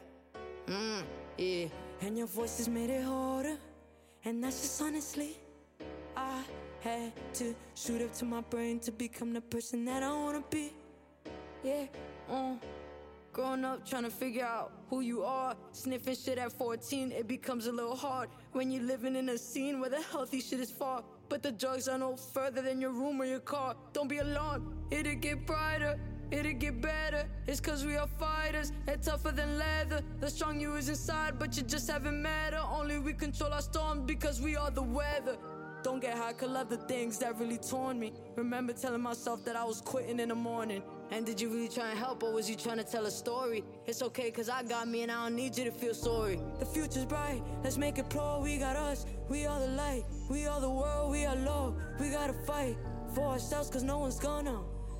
Yeah, and your voices made it harder. And that's just honestly, I had to shoot up to my brain to become the person that I wanna be. Yeah, growing up trying to figure out who you are. Sniffing shit at 14, it becomes a little hard when you're living in a scene where the healthy shit is far. But the drugs are no further than your room or your car. Don't be alarmed, it'll get brighter, it'll get better. It's cause we are fighters, and tougher than leather. The strong you is inside, but you just haven't met her. Only we control our storms because we are the weather. Don't get high, could love the things that really torn me. Remember telling myself that I was quitting in the morning. And did you really try and help, or was you trying to tell a story? It's okay, cause I got me and I don't need you to feel sorry. The future's bright, let's make it pro. We got us, we are the light. We are the world, we are low. We gotta fight for ourselves, cause no one's gonna,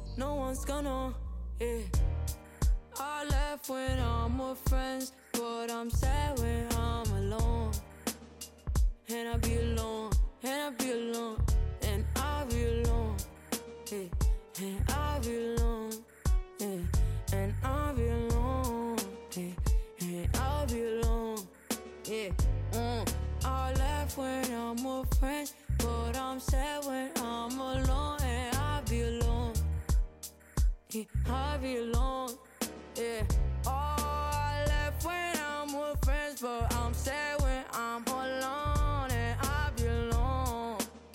yeah. I left when I'm with friends, but I'm sad when I'm alone. And I be alone, and I be alone, and I be alone, yeah. And I be alone, yeah. And I be alone, yeah. And I be alone, yeah. I laugh when I'm with friends, but I'm sad when I'm alone. And I be alone, yeah. I be alone, yeah. Oh, I laugh when I'm with friends, but I'm sad when I'm alone. And I be alone.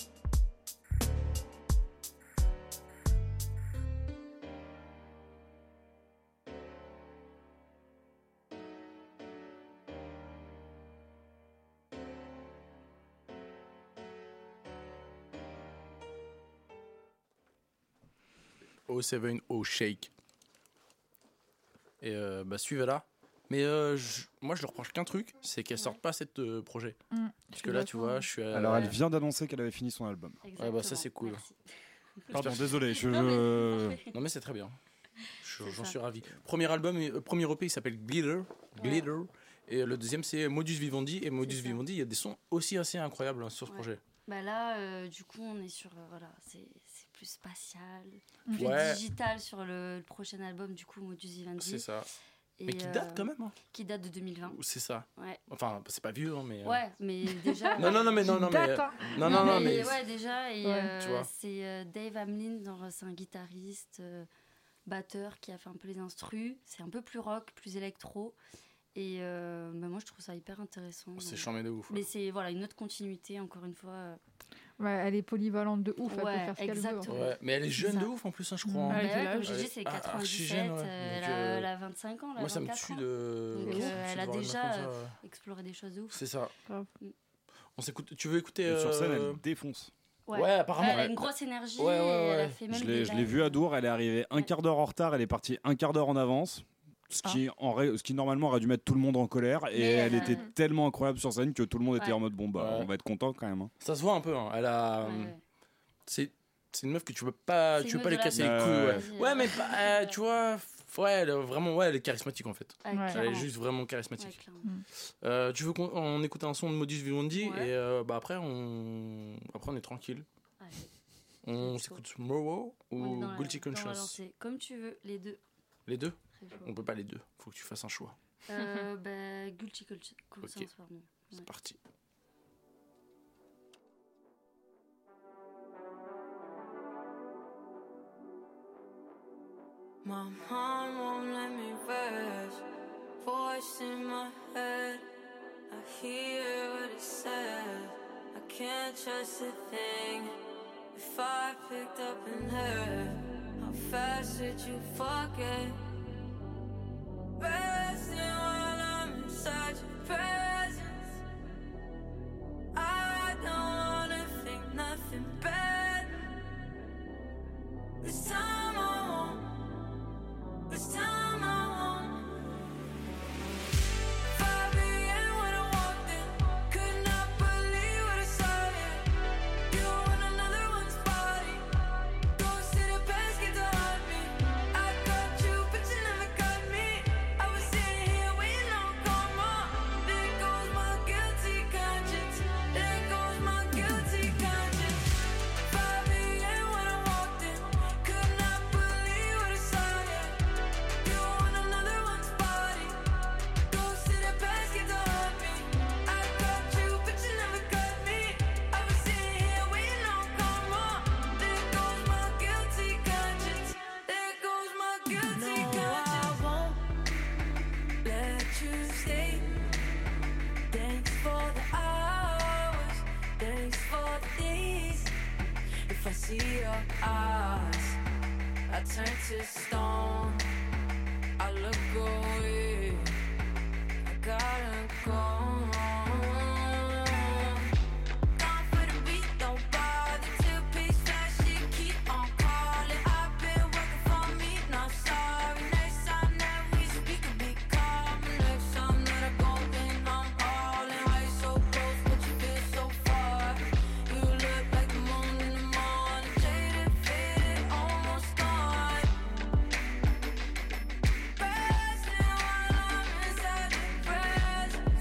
O7 O Shake. Et suivez-la. Mais moi je leur reproche qu'un truc, c'est qu'elle sorte pas cette projet. Parce que là tu vois, je suis Alors elle vient d'annoncer qu'elle avait fini son album. Ouais, bah ça c'est cool. Pardon, désolé. Non mais c'est très bien. J'en suis ravi. Premier album, premier EP il s'appelle Glitter. Et le deuxième c'est Modus Vivendi. Et Modus Vivendi, il y a des sons aussi assez incroyables sur ce projet. Bah là, du coup, on est sur voilà, c'est plus spatial, plus digital sur le prochain album, du coup, Modus Vivendi. C'est ça. Et mais qui date quand même. Hein. Qui date de 2020. C'est ça. Ouais. Enfin, c'est pas vieux, hein, mais. Ouais, mais déjà. non, mais ouais, déjà, et tu vois. c'est Dave Hamlin, c'est un guitariste, batteur qui a fait un peu les instrus. C'est un peu plus rock, plus électro. Et moi, je trouve ça hyper intéressant. C'est charmé de ouf. Mais c'est voilà, une autre continuité, encore une fois. Ouais, elle est polyvalente de ouf, elle peut faire ce qu'elle veut. Ouais, mais elle est jeune de ouf en plus, hein, je crois. Comme je dis, c'est 97, elle a 25 ans, là, moi, ça me 24 tue ans. de. Donc, elle a déjà exploré des choses de ouf. C'est ça. On s'écoute. Tu veux écouter Sur scène, elle défonce. Ouais, apparemment. Elle a une grosse énergie. Et elle a fait même je l'ai vue à Dour, elle est arrivée un quart d'heure en retard, elle est partie un quart d'heure en avance. Ce qui normalement aurait dû mettre tout le monde en colère, et elle était tellement incroyable sur scène que tout le monde était en mode on va être content quand même. Hein. Ça se voit un peu. Hein. Elle a. C'est une meuf que tu peux pas lui casser les couilles. Ouais, mais tu vois. Ouais, elle est vraiment, elle est charismatique en fait. Elle est juste vraiment charismatique. Tu veux qu'on écoute un son de Modus Vivendi et après on est tranquille. On s'écoute Morrow ou Guilty Conscience. Comme tu veux, les deux. Les deux? On peut pas les deux, faut que tu fasses un choix. Guilty Conscience, pardon. C'est parti. My mind won't let me rest. Voice in my head, I hear what it says. I can't trust a thing. If I picked up and there. How fast did you forget? Resting while I'm inside your presence. I don't wanna think nothing bad. This time I won't. This time I won't. 5 a.m. when I walked in, could not believe what I saw there. You on another one's body. Ghost in the basket to haunt me. I got you, but you never got me. I was sitting here waiting on come on. There goes my guilty conscience. There goes my guilty conscience. 5 a.m. when I walked in, could not believe what I saw there. You on another one's body. Ghost in the basket to haunt me. I got you, but you never got me. I was sitting here waiting on come on. There goes my guilty conscience. There goes my guilty conscience. No, I won't let you stay. Thanks for the hours. Thanks for the days. If I see your eyes, I turn to stone. I look away. I gotta go. Gone for the beat, don't bother. 2-piece flashy, keep on calling. I've been working for me, not sorry. Next time that we speak, it'll be calm. Next time that I go in, I'm all in. Why you so close, but you feel so far? You look like the moon in the morning. Jaded, faded, almost gone. Resting while I'm inside your presence.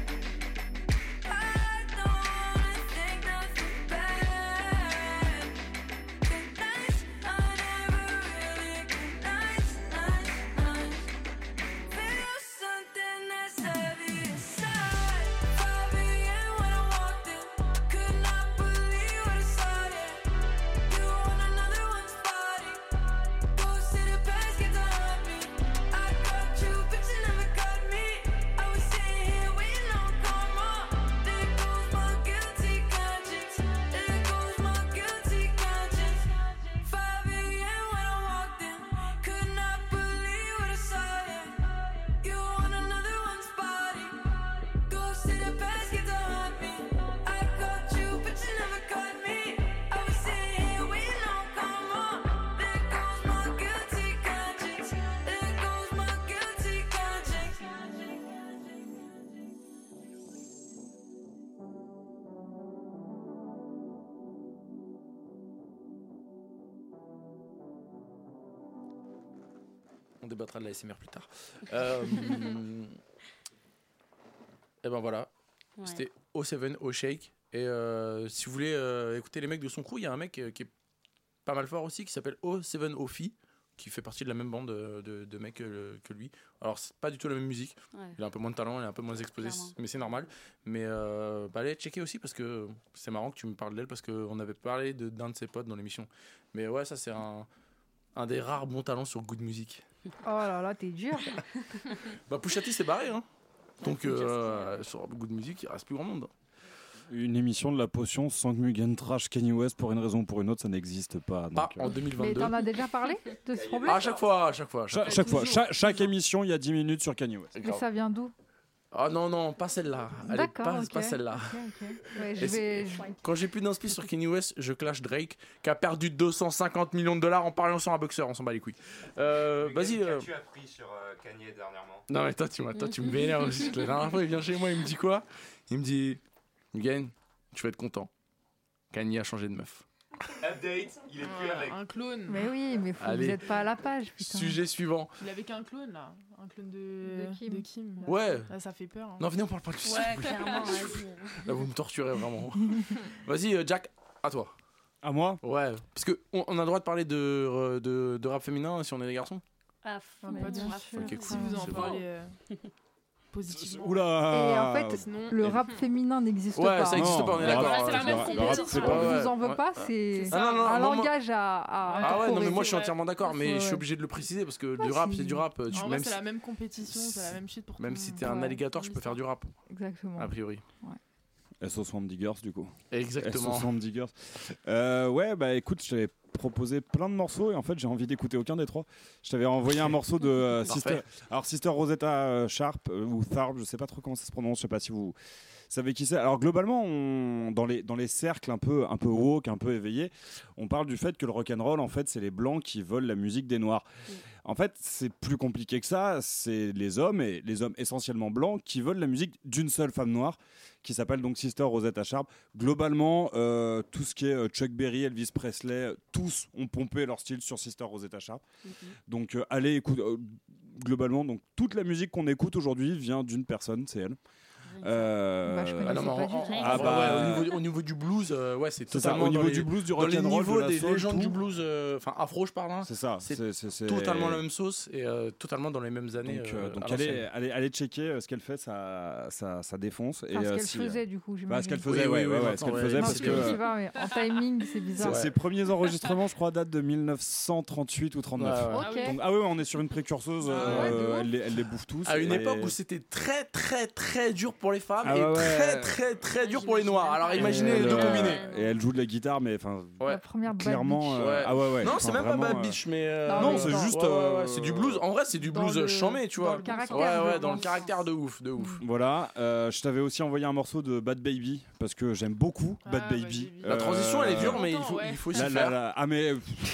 I don't wanna think nothing bad. Good nights, I never really good nights, nights. Feel something that's heavy inside. 5 a.m. when I walked in, could not believe what I saw there. You on another one's body. Ghost in the basket to haunt me. I got you, but you never got me. I was sitting here waiting on come on. There goes my guilty conscience. There goes my guilty conscience. 5 a.m. when I walked in, could not believe what I saw there. You on another one's body. Ghost in the basket to haunt me. I got you, but you never got me. I was sitting here waiting on come on. There goes my guilty conscience. There goes my guilty conscience. On débattra de la SMR plus tard. Et ben voilà, Ouais. c'était O7, O-Shake. Et si vous voulez écouter les mecs de son crew, il y a un mec qui est pas mal fort aussi, qui s'appelle O7 Ophi, qui fait partie de la même bande de mecs que lui. Alors c'est pas du tout la même musique, Ouais. il a un peu moins de talent, il est un peu moins exposé, Clairement. mais c'est normal. Mais allez checker aussi, parce que c'est marrant que tu me parles d'elle, parce qu'on avait parlé d'un de ses potes dans l'émission. Mais ouais, ça c'est un des rares bons talents sur Good Music. Oh là là, t'es dur. Bah Pusha T s'est barré, hein. Donc sur Good Music, il reste plus grand monde. Une émission de la potion sans que Mugen trash Kanye West pour une raison ou pour une autre, ça n'existe pas. Pas donc, en Mais 2022. t'en as déjà parlé de ce problème? À chaque fois. chaque fois, chaque émission, il y a 10 minutes sur Kanye West. Mais ça vient d'où? Ah non, pas celle-là. Allez, D'accord, ok. pas celle-là. Ok. Ouais, Et quand j'ai plus d'inspi sur Kanye West, je clash Drake, qui a perdu 250 millions de dollars en pariant sur un boxeur. On s'en bat les couilles. Vas-y. Qu'as-tu appris sur Kanye dernièrement? Non mais toi tu me vénères aussi. La dernière fois il vient chez moi, il me dit quoi? Il me dit, Mugen, tu vas être content. Kanye a changé de meuf. Update, il est plus avec. Un clone. Mais oui, mais vous Allez. n'êtes pas à la page, putain. Sujet suivant. Il avait qu'un clone là. Un clone de Kim. Ouais. Là, ça fait peur. Hein. Non, venez, on parle pas de ça. Ouais, clairement, vas-y. Là, vous me torturez vraiment. Vas-y, Jack, à toi. À moi? Ouais, parce qu'on a le droit de parler de rap féminin si on est des garçons. Ah, Pas bien sûr. Ok, cool. Si vous en C'est parlez positivement. Et Oula! en fait, Sinon, le rap féminin n'existe Ouais, pas. ça existe pas, on est le rap, d'accord. c'est la même le rap, c'est On pas ne ouais. vous en veut pas, Ouais. c'est ça. Ah, non, un non, langage à Ah ouais, non, mais corriger. moi je suis Ouais. entièrement d'accord, mais je suis Ouais. obligé de le préciser parce que Ah, du rap, si. c'est du rap. En vrai, Même c'est si, la même compétition, c'est la même shit pour même tout si le t'es monde. un Ouais. alligator, je peux faire du rap, Exactement. a priori. SO Swamp Diggers, du coup. Exactement. SO Swamp Diggers. Ouais, bah écoute, proposé plein de morceaux et en fait j'ai envie d'écouter aucun des trois. Je t'avais envoyé un morceau de Sister Rosetta Sharp ou Tharp, je sais pas trop comment ça se prononce, je sais pas si vous savez qui c'est. Alors globalement, dans les cercles un peu woke, un peu éveillés, on parle du fait que le rock'n'roll en fait c'est les blancs qui volent la musique des noirs. En fait, c'est plus compliqué que ça, c'est les hommes et les hommes essentiellement blancs qui volent la musique d'une seule femme noire qui s'appelle donc Sister Rosetta Sharp. Globalement, tout ce qui est Chuck Berry, Elvis Presley, tous ont pompé leur style sur Sister Rosetta Sharp. Donc allez écouter. Globalement, donc toute la musique qu'on écoute aujourd'hui vient d'une personne, c'est elle. Au niveau du blues, c'est totalement au niveau du blues, du rock and roll, niveau de des soul, légendes tout. du blues, afro, je parle. C'est ça. C'est totalement la même sauce et totalement dans les mêmes années. Donc allez checker ce qu'elle fait, ça défonce. Enfin, ce qu'elle faisait du coup. Ce qu'elle faisait, ce qu'elle faisait parce que. Je sais pas, mais en timing, c'est bizarre. Ses premiers enregistrements, je crois, datent de 1938 ou 39. Donc, on est sur une précurseuse. Elle les bouffe tous. À une époque où c'était très très très dur pour les femmes et très très très dur pour les noirs. Alors imaginez les deux combinés. Et elle joue de la guitare, mais enfin la première clairement. Non, c'est même pas Bad Bitch, mais non, c'est juste. C'est du blues. En vrai, c'est du blues chambé, tu vois. Dans le caractère de ouf. Voilà. Je t'avais aussi envoyé un morceau de Bad Baby parce que j'aime beaucoup Bad Baby. La transition, elle est dure, mais il faut s'y faire. Mais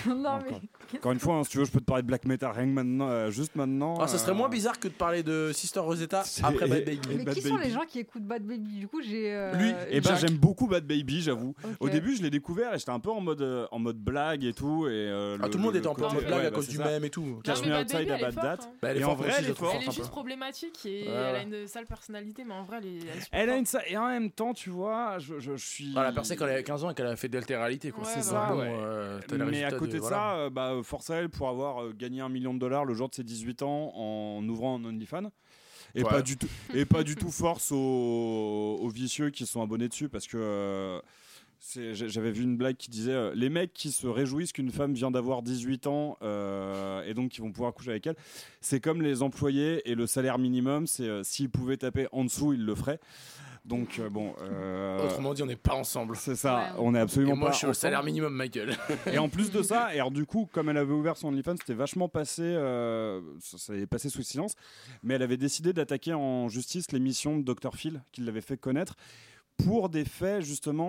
encore une fois, si tu veux, je peux te parler de black metal rien que maintenant, juste maintenant. Ça serait moins bizarre que de parler de Sister Rosetta après Bad Baby. Mais qui sont les gens qui écoutent Bad Baby? Du coup, lui, j'aime beaucoup Bad Baby, j'avoue. Au début, je l'ai découvert et j'étais un peu en mode blague et tout. Et tout le monde était un peu en mode blague à cause du mème et tout. Catch Me Outside à Bad Date. Et en vrai, elle est forte. Elle est juste problématique et elle a une sale personnalité, mais en vrai, elle a une sale. Et en même temps, tu vois, je suis. La personne quand elle avait 15 ans et qu'elle a fait de l'altéralité, quoi. C'est ça. Mais à côté de ça, force à elle pour avoir gagné $1 million le jour de ses 18 ans en ouvrant un OnlyFans. Et pas du tout force aux vicieux qui sont abonnés dessus parce que j'avais vu une blague qui disait les mecs qui se réjouissent qu'une femme vient d'avoir 18 ans et donc qui vont pouvoir coucher avec elle, c'est comme les employés et le salaire minimum, c'est s'ils pouvaient taper en dessous, ils le feraient. Donc autrement dit, on n'est pas ensemble. C'est ça, on est absolument pas. Moi, je suis au salaire minimum, Michael. Et en plus de ça, et alors du coup, comme elle avait ouvert son OnlyFans, c'était vachement passé, ça avait passé sous silence. Mais elle avait décidé d'attaquer en justice l'émission de Dr Phil, qui l'avait fait connaître, pour des faits justement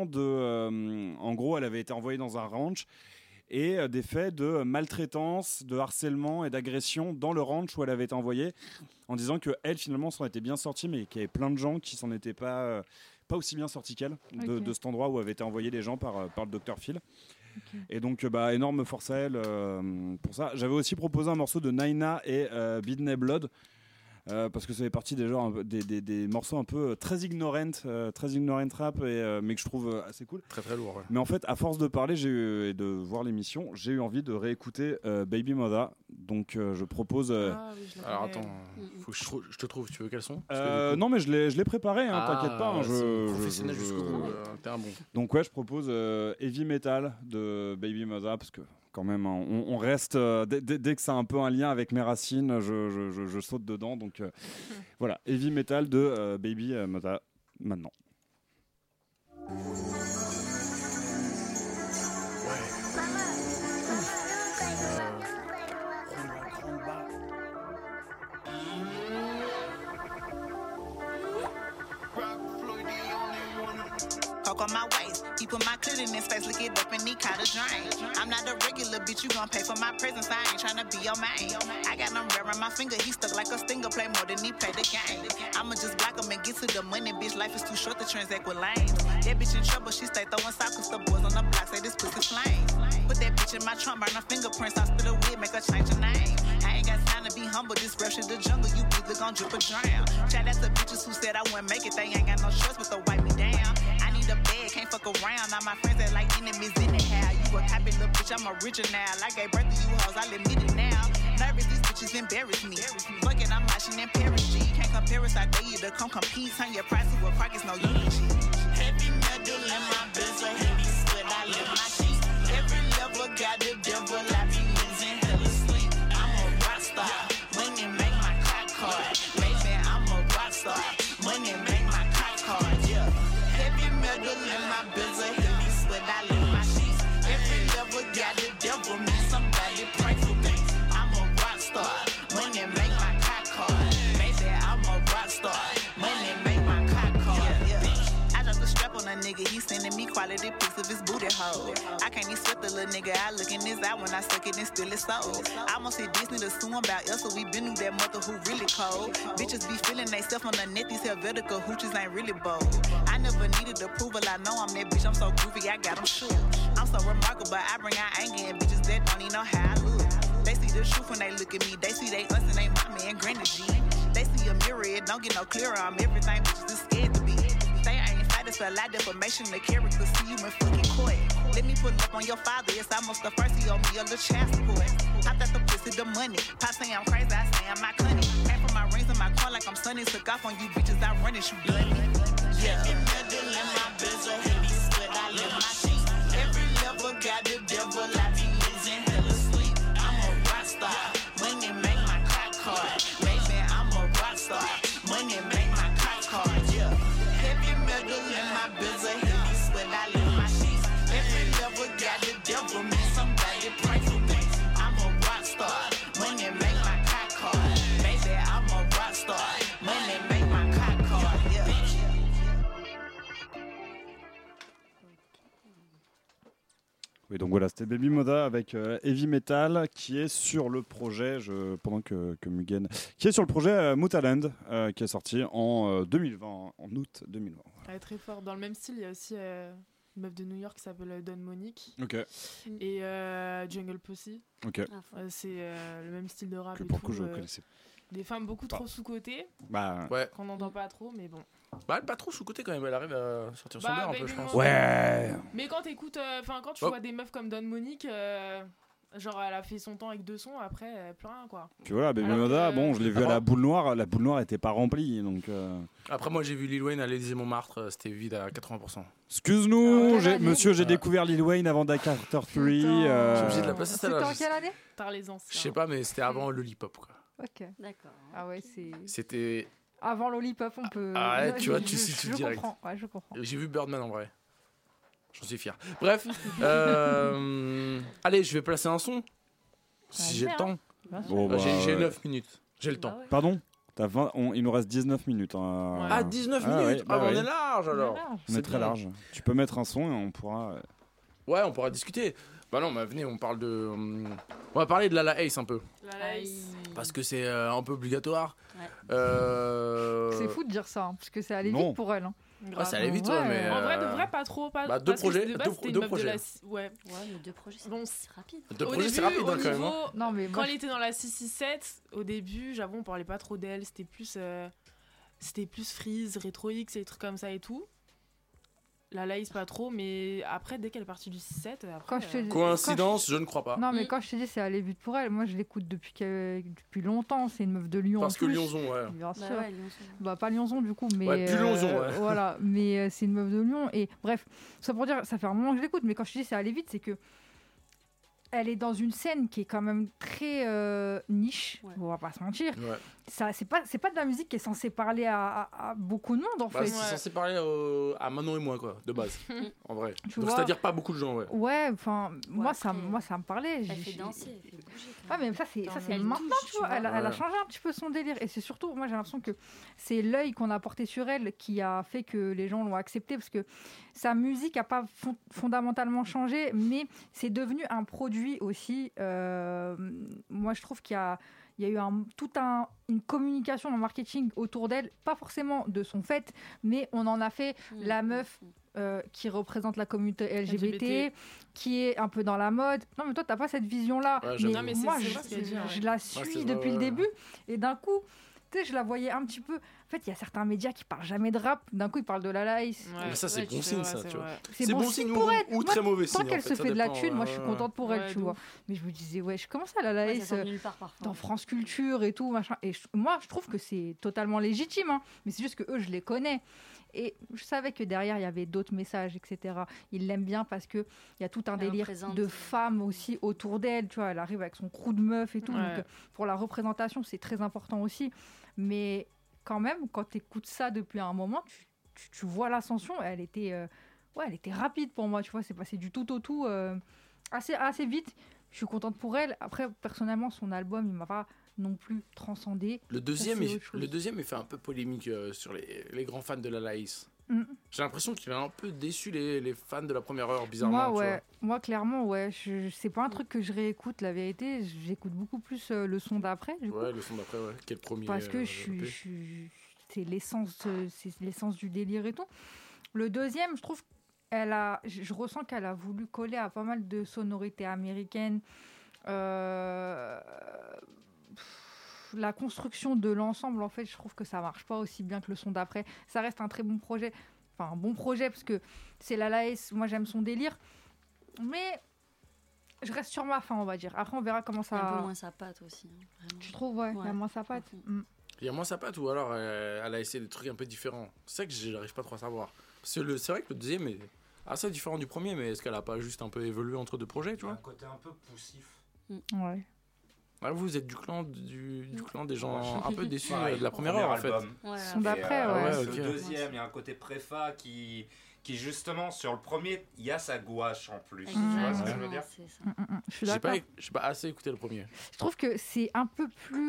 en gros, elle avait été envoyée dans un ranch. Et des faits de maltraitance, de harcèlement et d'agression dans le ranch où elle avait été envoyée, en disant qu'elle finalement s'en était bien sortie, mais qu'il y avait plein de gens qui s'en étaient pas aussi bien sortis qu'elle de cet endroit où avaient été envoyés les gens par le Dr Phil. Et donc énorme force à elle pour ça. J'avais aussi proposé un morceau de Naina et Bidney Blood. Parce que ça fait partie des morceaux un peu très ignorant rap, mais que je trouve assez cool. Très très lourd. Ouais. Mais en fait, à force de parler et de voir l'émission, j'ai eu envie de réécouter Baby Mother. Donc je propose. Alors attends, faut que je te trouve. Tu veux quel son? Non, mais je l'ai préparé. T'inquiète pas. Professionnel jusqu'au bout. T'es un bon. Donc je propose Heavy Metal de Baby Mother parce que. Quand même, on reste dès que ça a un peu un lien avec mes racines, je saute dedans. Donc voilà, Heavy Metal de Baby Mother maintenant. Coke on my waist, he put my clit in his face, lick it up and he caught a drain. I'm not a regular bitch, you gon' pay for my presence, I ain't tryna be your man. I got them rare on my finger, he stuck like a stinger, play more than he play the game. I'ma just block him and get to the money, bitch, life is too short to transact with lanes. That bitch in trouble, she stay throwing socks, cause the boys on the block say this pussy flame. Put that bitch in my trunk, burn her fingerprints, I spit a wig, make her change her name. I ain't got time to be humble, this rap shit the jungle, you either gon' drip or drown. Shout out to bitches who said I wouldn't make it, they ain't got no choice but to wipe me down. I need a bed, can't fuck around, all my friends that like enemies anyhow. You a copy little bitch, I'm original. I gave birth to you hoes, I'll admit it now. Nervous, these bitches embarrass me. Fuck it, I'm watching in Paris, G. Can't compare us, I dare you to come compete. Turn your price to a pockets, no unity. Heavy metal in my biz, a heavy sweat, I live my sheets. Every level got the devil, I be losing hella sleep. I'm a rock star, money make my clock card. Baby, I'm a rock star, money make my clock card, yeah. Heavy metal in my biz, a heavy sweat, I live my sheets. Every level got the of the pics of his booty hole. I can't even sweat the little nigga. I look in his eye when I suck it and still it's soul. I almost hit Disney to sue him about Elsa. We been knew that mother who really cold. Bitches be feeling they self on the net. These Helvetica hooches ain't really bold. I never needed approval. I know I'm that bitch. I'm so goofy. I got them shook. I'm so remarkable. I bring out anger and bitches that don't even know how I look. They see the truth when they look at me. They see they us and they mommy and granny G. They see a mirror, it don't get no clearer. I'm everything bitches is scared to be. Say I ain't fight, it's a lot defamation. The character see you in fucking court. Let me pull up on your father. It's almost the first he owe me a little child support. I thought the pussy the money. Pop say I'm crazy, I say I'm not cunning. Came from my rings in my car like I'm sunny. Took off on you bitches, I run it, you bloody. Yeah. In middle in my bezel, heavy sweat, I live my sheet. Every level got the devil, I be losing hell asleep. I'm a rock star, money make my clock card. Baby, I'm a rock star, money make my clock card. Yeah. Heavy metal in my bezel, heavy sweat, I live my sheets. Every level got the devil, man, somebody pray for me. I'm a rock star, money make my clock card. Baby, I'm a rock star, money make my clock card. Yeah. Oui, donc voilà, c'était Baby Moda avec Heavy Metal qui est sur le projet, pendant que Mugen, qui est sur le projet Moutaland, qui est sorti en 2020, en août 2020. Elle est très fort. Dans le même style, il y a aussi une meuf de New York qui s'appelle Dawn Monique. Ok. Et Jungle Pussy. Ok. C'est le même style de rap. Que et pour le tout, coup, je connaissais. Des femmes beaucoup trop sous-cotées. Bah, ouais. Qu'on n'entend pas trop, mais bon. Bah, elle est pas trop sous-côté quand même, elle arrive à sortir son beurre un peu, je pense. Ouais. Mais quand t'écoutes, quand tu vois des meufs comme Dawn Monique, genre elle a fait son temps avec 2 sons, après plus rien quoi. Puis voilà, Baby Moda, bon, je l'ai vu à la boule noire était pas remplie, donc... Après moi j'ai vu Lil Wayne à l'Élysée-Montmartre, c'était vide à 80%. Excuse-nous, monsieur, j'ai découvert Lil Wayne avant Dakar 3. J'ai obligé de la placer C'était en quelle année? Par les anciens. Je sais pas, mais c'était avant Lollipop quoi. Ok. D'accord. Ah ouais, c'est... C'était... Avant Lollipop, on peut... Ah ouais, tu vois, tu situes direct. Comprends. Ouais, je comprends. J'ai vu Birdman en vrai. J'en suis fier. Bref, allez, je vais placer un son. Si j'ai le temps. Bon, bah, j'ai 9 minutes. J'ai le temps. Pardon, il nous reste 19 minutes. Hein. Ah, 19 minutes on est large alors. On est très large. Tu peux mettre un son et on pourra... Ouais, on pourra discuter. Bah non, venez, on parle de... On va parler de Lala Ace un peu. Lala Ace. Parce que c'est un peu obligatoire. Ouais. C'est fou de dire ça, parce que ça allait Non. vite pour elle. Ah, ça allait vite, ouais, mais... En vrai, de vrai, pas trop. Bah, 2 projets. Deux projets. Ouais, mais 2 projets, c'est rapide. 2 projets, c'est rapide quand même. Non, mais quand elle était dans la 667, au début, j'avoue, on parlait pas trop d'elle. C'était plus Freeze, Retro X et des trucs comme ça et tout. La Laïs pas trop, mais après dès qu'elle est partie du 6-7, coïncidence, je ne crois pas. Non, mais quand je te dis c'est aller vite pour elle, moi je l'écoute depuis longtemps. C'est une meuf de Lyon. Parce que Lyonzon, ouais. Bien sûr. Bah ouais, Lyonzon. Bah pas Lyonzon du coup, mais ouais, plus Lyonzon, ouais. Voilà, mais c'est une meuf de Lyon et bref, ça pour dire, ça fait un moment que je l'écoute, mais quand je te dis c'est aller vite, c'est que elle est dans une scène qui est quand même très niche, on va pas se mentir. Ouais. Ça, c'est pas de la musique qui est censée parler à beaucoup de monde en fait. C'est censé parler à Manon et moi quoi, de base, en vrai. Donc vois, c'est-à-dire pas beaucoup de gens, ouais. Ouais, enfin moi ça me parlait. Elle fait danser, elle fait bouger. Ah mais ça c'est maintenant tu vois, elle a changé un petit peu son délire et c'est surtout moi j'ai l'impression que c'est l'œil qu'on a porté sur elle qui a fait que les gens l'ont acceptée parce que sa musique a pas fondamentalement changé, mais c'est devenu un produit aussi. Moi je trouve qu'il y a eu une communication en marketing autour d'elle, pas forcément de son fait, mais on en a fait la meuf qui représente la communauté LGBT, qui est un peu dans la mode. Non, mais toi, t'as pas cette vision-là. Ouais, mais moi, je la suis depuis le début, et d'un coup, tu sais, je la voyais un petit peu. En fait, il y a certains médias qui parlent jamais de rap. D'un coup, ils parlent de la Lice. Ouais, mais ça, c'est bon signe, ça, tu vois. C'est bon signe pour elle. Ou très mauvais signe. Tant qu'elle se fait de la thune, moi, je suis contente pour elle, tu vois. Mais je me disais, comment ça, la Lice dans France Culture et tout, machin. Et moi, je trouve que c'est totalement légitime, hein. Mais c'est juste que eux, je les connais. Et je savais que derrière, il y avait d'autres messages, etc. Ils l'aiment bien parce qu'il y a tout un délire de femmes aussi autour d'elle. Tu vois, elle arrive avec son crew de meufs et tout. Ouais. Donc, pour la représentation, c'est très important aussi. Mais quand même, quand tu écoutes ça depuis un moment, tu vois l'ascension. Elle était rapide pour moi. Tu vois, c'est passé du tout au tout assez vite. Je suis contente pour elle. Après, personnellement, son album, il m'a pas non plus transcendé. Le deuxième, il fait un peu polémique sur les grands fans de la Laïs. J'ai l'impression qu'il a un peu déçu les fans de la première heure, bizarrement. Moi, clairement, c'est pas un truc que je réécoute, la vérité. J'écoute beaucoup plus le son d'après. Du coup. Le son d'après, Quel premier. Parce que c'est l'essence du délire et tout. Le deuxième, je trouve, je ressens qu'elle a voulu coller à pas mal de sonorités américaines. La construction de l'ensemble, en fait, je trouve que ça marche pas aussi bien que le son d'après. Ça reste un très bon projet. Enfin, un bon projet, parce que c'est la Laes, moi j'aime son délire. Mais je reste sur ma faim, on va dire. Après, on verra comment ça... Un peu moins sa patte aussi. Hein, tu trouves, il y a moins sa patte. Il y a moins sa patte ou alors elle a essayé des trucs un peu différents. C'est ça que j'arrive pas trop à savoir. Parce que c'est vrai que le deuxième est assez différent du premier, mais est-ce qu'elle a pas juste un peu évolué entre deux projets, tu vois ? Un côté un peu poussif. Ouais. Vous êtes du clan des gens un peu déçus de la première heure, en fait. Son d'après, Le deuxième, il y a un côté préfa qui justement, sur le premier, il y a sa gouache en plus. Tu vois ce que je veux dire ? Je suis d'accord. J'ai pas assez écouté le premier. Je trouve que c'est un peu plus...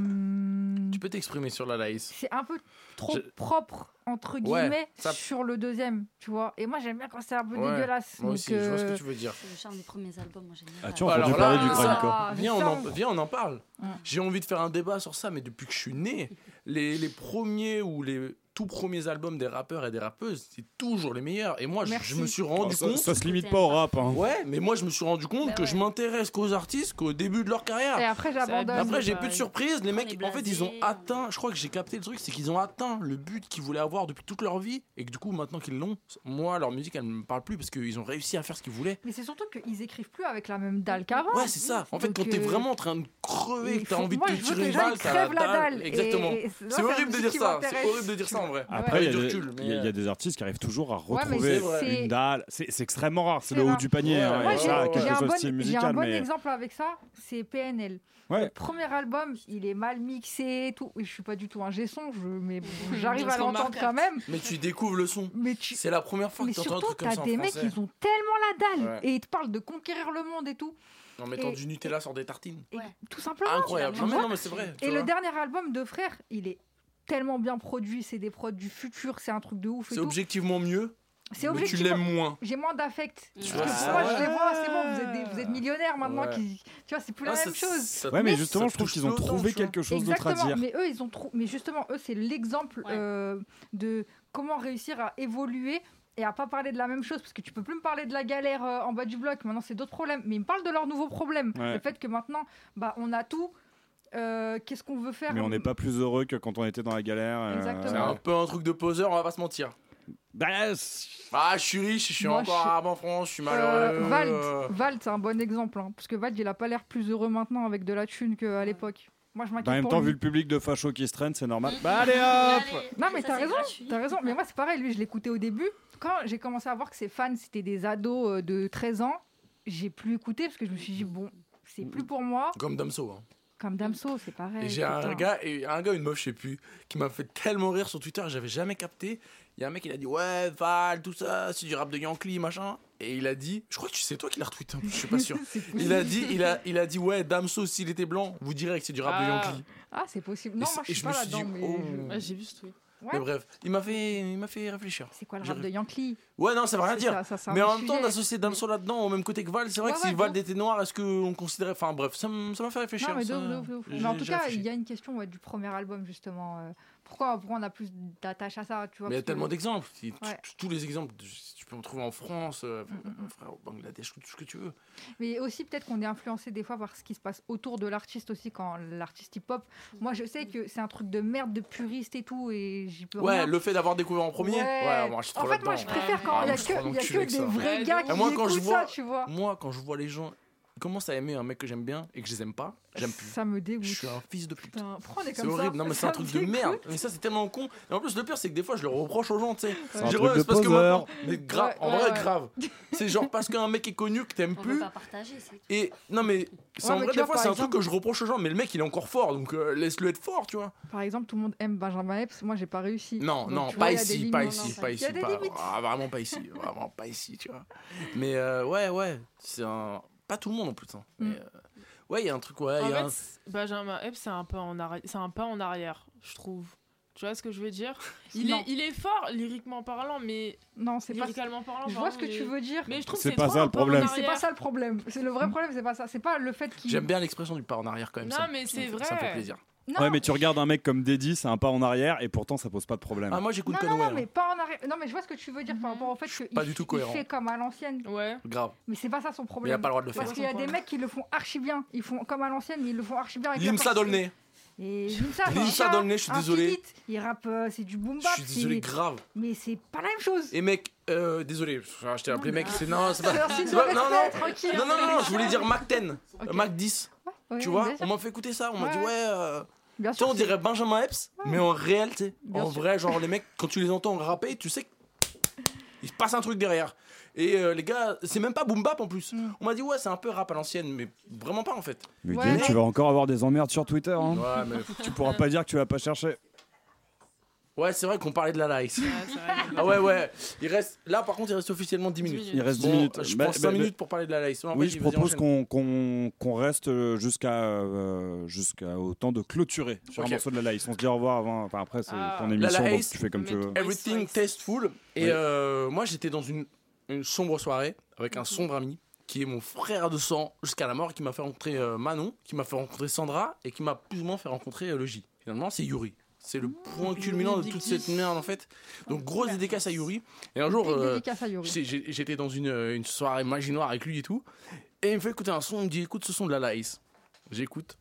Tu peux t'exprimer sur la Laïs. C'est un peu trop propre, entre guillemets, sur le deuxième, tu vois. Et moi, j'aime bien quand c'est un peu dégueulasse. Moi aussi, je vois ce que tu veux dire. C'est le charme des premiers albums en général. Ah, tu vois, on peut parler du Granico. Viens, on en parle. J'ai envie de faire un débat sur ça, mais depuis que je suis né, les premiers ou les tout premiers albums des rappeurs et des rappeuses, c'est toujours les meilleurs. Et moi, je me suis rendu compte... Ça se limite pas au rap. Hein. Ouais, mais moi, je me suis rendu compte que je m'intéresse qu'aux artistes qu'au début de leur carrière. Et après, j'abandonne. Après, j'ai plus de surprises. Les mecs, en fait, ils ont atteint... Je crois que j'ai capté le truc, c'est qu'ils ont atteint le but qu'ils voulaient avoir depuis toute leur vie. Et que du coup, maintenant qu'ils l'ont, moi, leur musique, elle me parle plus parce qu'ils ont réussi à faire ce qu'ils voulaient. Mais c'est surtout qu'ils écrivent plus avec la même dalle qu'avant. Ouais, c'est ça. En fait, quand t'es vraiment en train de crever, que t'as envie de te tirer une balle, crève la dalle. Exactement. C'est horrible de dire ça. C'est horrible de dire ça en vrai. Après, il y a des artistes qui arrivent toujours à retrouver une dalle. C'est extrêmement rare. C'est le haut du panier. J'ai un bon exemple avec ça. C'est PNL. Le premier album, il est mal mixé et tout. Je suis pas du tout un G-son, mais j'arrive à l'entendre quand même. Mais tu découvres le son. C'est la première fois que tu entends un truc comme ça en français. Mais surtout, t'as des mecs, ils ont tellement la dalle. Et ils te parlent de conquérir le monde et tout. En mettant du Nutella sur des tartines. Tout simplement. Incroyable. Non, mais c'est vrai. Et le dernier album de Frère, il est tellement bien produit. C'est des prods du futur. C'est un truc de ouf. C'est objectivement mieux. Mais tu l'aimes moins. J'ai moins d'affect. Parce que pour moi, je les vois, c'est bon, vous êtes millionnaires maintenant. Tu vois, c'est plus la même chose. Ouais, mais justement, je trouve qu'ils ont trouvé quelque chose d'autre à dire. Mais eux, mais justement, eux, c'est l'exemple de comment réussir à évoluer et à pas parler de la même chose, parce que tu peux plus me parler de la galère en bas du bloc. Maintenant, c'est d'autres problèmes. Mais ils me parlent de leurs nouveaux problèmes. Le fait que maintenant, on a tout. Qu'est-ce qu'on veut faire ? Mais on n'est pas plus heureux que quand on était dans la galère. C'est un peu un truc de poseur, on va pas se mentir. Je suis riche, je suis encore arabe en France, je suis malheureux. Vald, c'est un bon exemple, parce que Vald, il a pas l'air plus heureux maintenant avec de la thune qu'à l'époque. Moi, je m'inquiète. En même temps, vu le public de facho qui se traîne, c'est normal. Allez hop. Non, mais t'as raison. Mais moi, c'est pareil. Lui, je l'écoutais au début. Quand j'ai commencé à voir que ses fans, c'était des ados de 13 ans, j'ai plus écouté parce que je me suis dit bon, c'est plus pour moi. Comme Damso. Comme Damso, c'est pareil. Et j'ai un gars, une meuf, je sais plus, qui m'a fait tellement rire sur Twitter, j'avais jamais capté. Il y a un mec, il a dit ouais, Val, tout ça, c'est du rap de Yankee, machin. Et il a dit, je crois que c'est toi qui l'as retweeté, je suis pas sûr. Il a dit ouais, Damso, s'il était blanc, vous direz que c'est du rap de Yankee. Ah, c'est possible. Non, moi je suis pas là-dedans. Mais j'ai vu ce tweet. Ouais. Mais bref, il m'a fait réfléchir. C'est quoi le rap de Yankee ? Ouais, non, ça veut rien dire. Mais en même temps, sujet. d'associer Damso là-dedans au même côté que Val, c'est vrai que si Val était noir, est-ce qu'on considérait. Enfin bref, ça m'a fait réfléchir. Non, mais mais en tout cas, il y a une question du premier album, justement. Pourquoi on a plus d'attache à ça, tu vois ? Mais il y a tellement d'exemples. Tous les exemples, tu peux en trouver en France, frère, au Bangladesh, tout ce que tu veux. Mais aussi, peut-être qu'on est influencé des fois par ce qui se passe autour de l'artiste aussi, quand l'artiste hip-hop. Moi, je sais que c'est un truc de merde, de puriste et tout, et j'y peux rien. Le fait d'avoir découvert en premier. Ouais, moi, je suis trop là-dedans. Moi, je préfère quand il y a que des vrais gars qui écoutent ça, tu vois. Moi, quand je vois les gens commencent à aimer un mec que j'aime bien et que je les aime pas, j'aime plus. Ça me dégoûte. Je suis un fils de pute. C'est horrible. Non, mais c'est un truc de merde. Mais ça, c'est tellement con. Et en plus, le pire, c'est que des fois, je le reproche aux gens, tu sais. C'est un truc de poseur. Mais grave, en vrai, grave. C'est genre parce qu'un mec est connu que t'aimes plus. On veut pas partager, c'est tout. Et non, mais en vrai, des fois, c'est un truc que je reproche aux gens. Mais le mec, il est encore fort, donc laisse-le être fort, tu vois. Par exemple, tout le monde aime Benjamin Epps. Moi, j'ai pas réussi. Non, pas ici. Vraiment pas ici. Vraiment pas ici, tu vois. Mais ouais. C'est un. Pas tout le monde en plus. Mais, ouais, il y a un truc. En fait, Benjamin Epps, c'est un pas en arrière, je trouve. Tu vois ce que je veux dire? Non. Il est fort lyriquement parlant, mais Non, c'est pas. lyricalement parlant. Je vois ce que tu veux dire. Mais je trouve C'est que pas trop ça, un le pas en problème. C'est pas arrière. ça le problème. C'est le vrai problème, c'est pas ça. C'est pas le fait qu'il. J'aime bien l'expression du pas en arrière quand même. Non, ça, mais c'est vrai. Ça me fait plaisir. Non. Ouais, mais tu regardes un mec comme Daddy, c'est un pas en arrière et pourtant ça pose pas de problème. Ah, moi j'écoute Non, Conway. mais pas en arrière. Non, mais je vois ce que tu veux dire par rapport au fait que pas du tout cohérent. il fait comme à l'ancienne. Ouais. Grave. Mais c'est pas ça son Mais il problème. a pas le droit de le faire. Parce qu'il y a des mecs qui le font archi bien. Ils font comme à l'ancienne, mais ils le font archi bien. avec la Limsa partie- Dolné. Et Limsa, Limsa Dolné, je suis désolé. Philippe, il rappe, c'est du boom Je bap. suis désolé, c'est- grave. Mais c'est pas la même chose. Et mec, désolé, je t'ai appelé mec, c'est non, c'est pas. C'est un signe c'est de pas- respect, tranquille. non, je voulais dire Mac 10, Ok. Mac 10. Ouais, Tu vois, bien sûr. on m'a fait écouter ça, on m'a Ouais. dit ouais. Bien Tu sais, sûr, on dirait Benjamin Epps, mais en réel, tu sais. Bien En sûr. vrai, genre les mecs, quand tu les entends rapper, tu sais qu'il se passe un truc derrière. Et les gars, c'est même pas boom bap en plus. On m'a dit ouais, c'est un peu rap à l'ancienne, mais vraiment pas en fait. Mais Ouais, Guy, tu vas encore avoir des emmerdes sur Twitter. Hein. Ouais, mais Tu pourras pas dire que tu vas pas chercher. ouais, c'est vrai qu'on parlait de la Lice. Ouais, c'est vrai. Ah ouais, il reste là par contre, il reste officiellement 10 minutes. Il reste 10 Bon, minutes. Je Bah, pense 5 bah, minutes pour parler de la Lice. Non, Oui, vas-y, je vas-y, propose enchaîne. qu'on reste jusqu'à au temps de clôturer sur Ok. un morceau de la Lice. On se dit au revoir avant. Enfin, après, c'est Ah. ton La émission, donc Lice, tu fais comme tu veux. Everything Nice. Tasteful. Et Oui. moi, j'étais dans une sombre soirée avec un sombre ami qui est mon frère de sang jusqu'à la mort, qui m'a fait rencontrer Manon, qui m'a fait rencontrer Sandra et qui m'a plus ou moins fait rencontrer le J. Finalement, c'est Yuri. C'est le point culminant de Big toute J. cette merde en fait. Donc grosse dédicace à Yuri. Et un jour, Big dédicace à Yuri. j'étais dans une soirée magie noire avec lui et tout. Et il me fait écouter un son, il me dit écoute ce son de la Laïs. J'écoute.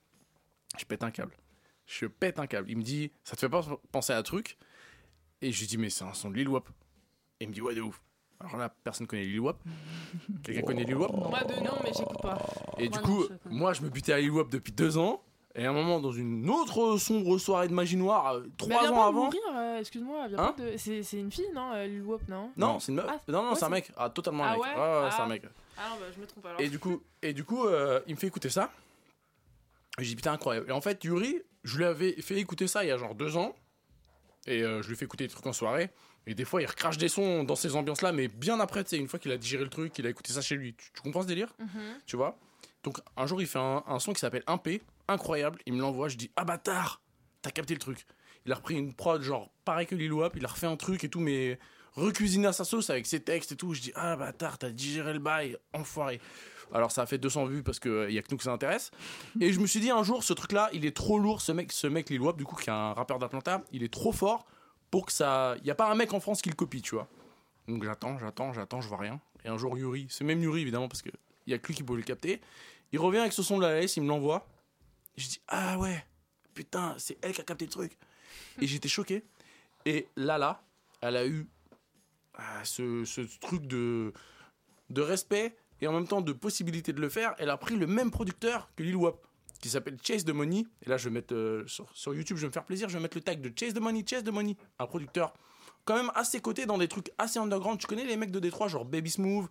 Je pète un câble. Il me dit ça te fait pas penser à un truc? Et je lui dis mais c'est un son de Lil Wap. Et il me dit ouais de ouf. Alors là personne connaît Lil Wap. Quelqu'un connaît Lil Wap? Moi de nom, mais j'écoute pas. Et Moi du non, coup, je connais. moi je me butais à Lil Wap depuis 2 ans. Et à un moment, dans une autre sombre soirée de magie noire, Mais 3 elle vient ans pas de avant. mourir, excuse-moi, elle vient Hein pas de. C'est une fille, non? Lil Wap, non? Non, c'est une meuf. Ah, non, ouais, c'est un c'est- mec. Ah, totalement un Ah mec. ouais c'est Ah. un mec. Ah non, bah je me trompe alors. Et du coup, il me fait écouter ça. Et j'ai dit putain, incroyable. Et en fait, Yuri, je lui avais fait écouter ça il y a genre 2 ans. Et je lui fais écouter des trucs en soirée. Et des fois, il recrache des sons dans ces ambiances-là, mais bien après, tu sais, une fois qu'il a digéré le truc, qu'il a écouté ça chez lui. Tu comprends ce délire? Mhm. Tu vois? Donc, un jour, il fait un son qui s'appelle 1P, incroyable. Il me l'envoie, je dis ah bâtard, t'as capté le truc. Il a repris une prod, genre pareil que Lil Wap, il a refait un truc et tout, mais recuisiné à sa sauce avec ses textes et tout. Je dis ah bâtard, t'as digéré le bail, enfoiré. Alors ça a fait 200 vues parce qu'il y a que nous que ça intéresse. Et je me suis dit un jour, ce truc-là, il est trop lourd, ce mec Lil Wap, du coup, qui est un rappeur d'Atlanta, il est trop fort pour que ça. Il n'y a pas un mec en France qui le copie, tu vois. Donc j'attends, je vois rien. Et un jour, Yuri, c'est même Yuri évidemment, parce qu'il y a que lui qui peut le capter. Il revient avec ce son de la laisse, il me l'envoie. Et je dis ah ouais, putain, c'est elle qui a capté le truc. Et j'étais choqué. Et Lala, elle a eu ce truc de respect et en même temps de possibilité de le faire. Elle a pris le même producteur que Lil Wap, qui s'appelle Chase the Money. Et là, je vais mettre sur YouTube, je vais me faire plaisir, je vais mettre le tag de Chase the Money, un producteur quand même assez coté dans des trucs assez underground. Tu connais les mecs de Détroit, genre Baby Smooth,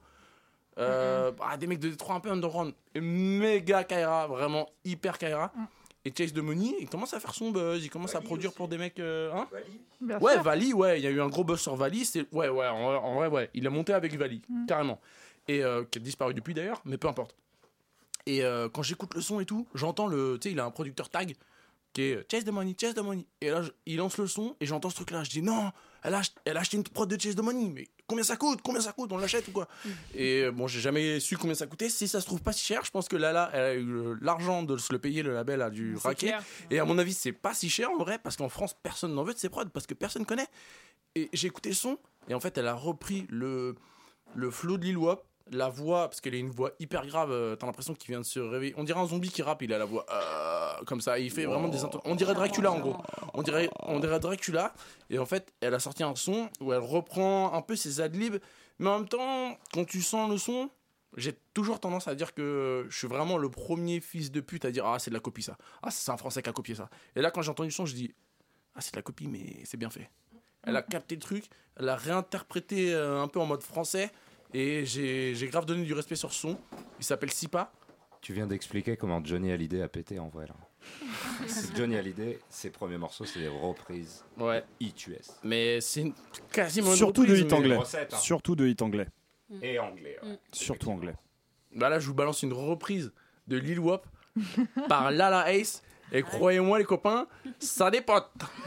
des mecs de Détroit un peu underground, et méga Kaira, vraiment hyper Kaira. Et Chase the Money, il commence à faire son buzz, il commence à produire pour des mecs. Hein Bien ouais, sûr. Vali, ouais, il y a eu un gros buzz sur Vali. En vrai, ouais, il a monté avec Vali, carrément. Et qui a disparu depuis d'ailleurs, mais peu importe. Et quand j'écoute le son et tout, j'entends tu sais, il a un producteur tag qui est Chase the Money. Et là, il lance le son et j'entends ce truc-là. Je dis non, elle a acheté une prod de Chase the Money, mais combien ça coûte? On l'achète ou quoi? Et bon, j'ai jamais su combien ça coûtait. Si ça se trouve pas si cher, je pense que Lala, elle a eu l'argent de se le payer, le label a dû C'est raquer. clair. Et à mon avis, c'est pas si cher en vrai, parce qu'en France, personne n'en veut de ses prods, parce que personne connaît. Et j'ai écouté le son, et en fait, elle a repris le flow de Lil Wap, la voix, parce qu'elle a une voix hyper grave, t'as l'impression qu'il vient de se réveiller. On dirait un zombie qui rappe, il a la voix comme ça, il fait vraiment des on dirait Dracula en gros. On dirait Dracula, et en fait, elle a sorti un son où elle reprend un peu ses adlibs, mais en même temps, quand tu sens le son, j'ai toujours tendance à dire que je suis vraiment le premier fils de pute à dire ah c'est de la copie ça, ah c'est un Français qui a copié ça. Et là quand j'ai entendu le son, je dis ah c'est de la copie mais c'est bien fait. Elle a capté le truc, elle a réinterprété un peu en mode français, et j'ai grave donné du respect sur ce son. Il s'appelle Sipa. Tu viens d'expliquer comment Johnny Hallyday a pété en vrai là. Johnny Hallyday, ses premiers morceaux c'est des reprises. Ouais. Hit US. Mais c'est quasiment une Surtout de reprise, hit mais- anglais. Recette, hein. Surtout de hit anglais. Et anglais. Ouais. Surtout anglais. Bah là je vous balance une reprise de Lil Wap par Lala Ace. Et croyez-moi les copains, ça dépote.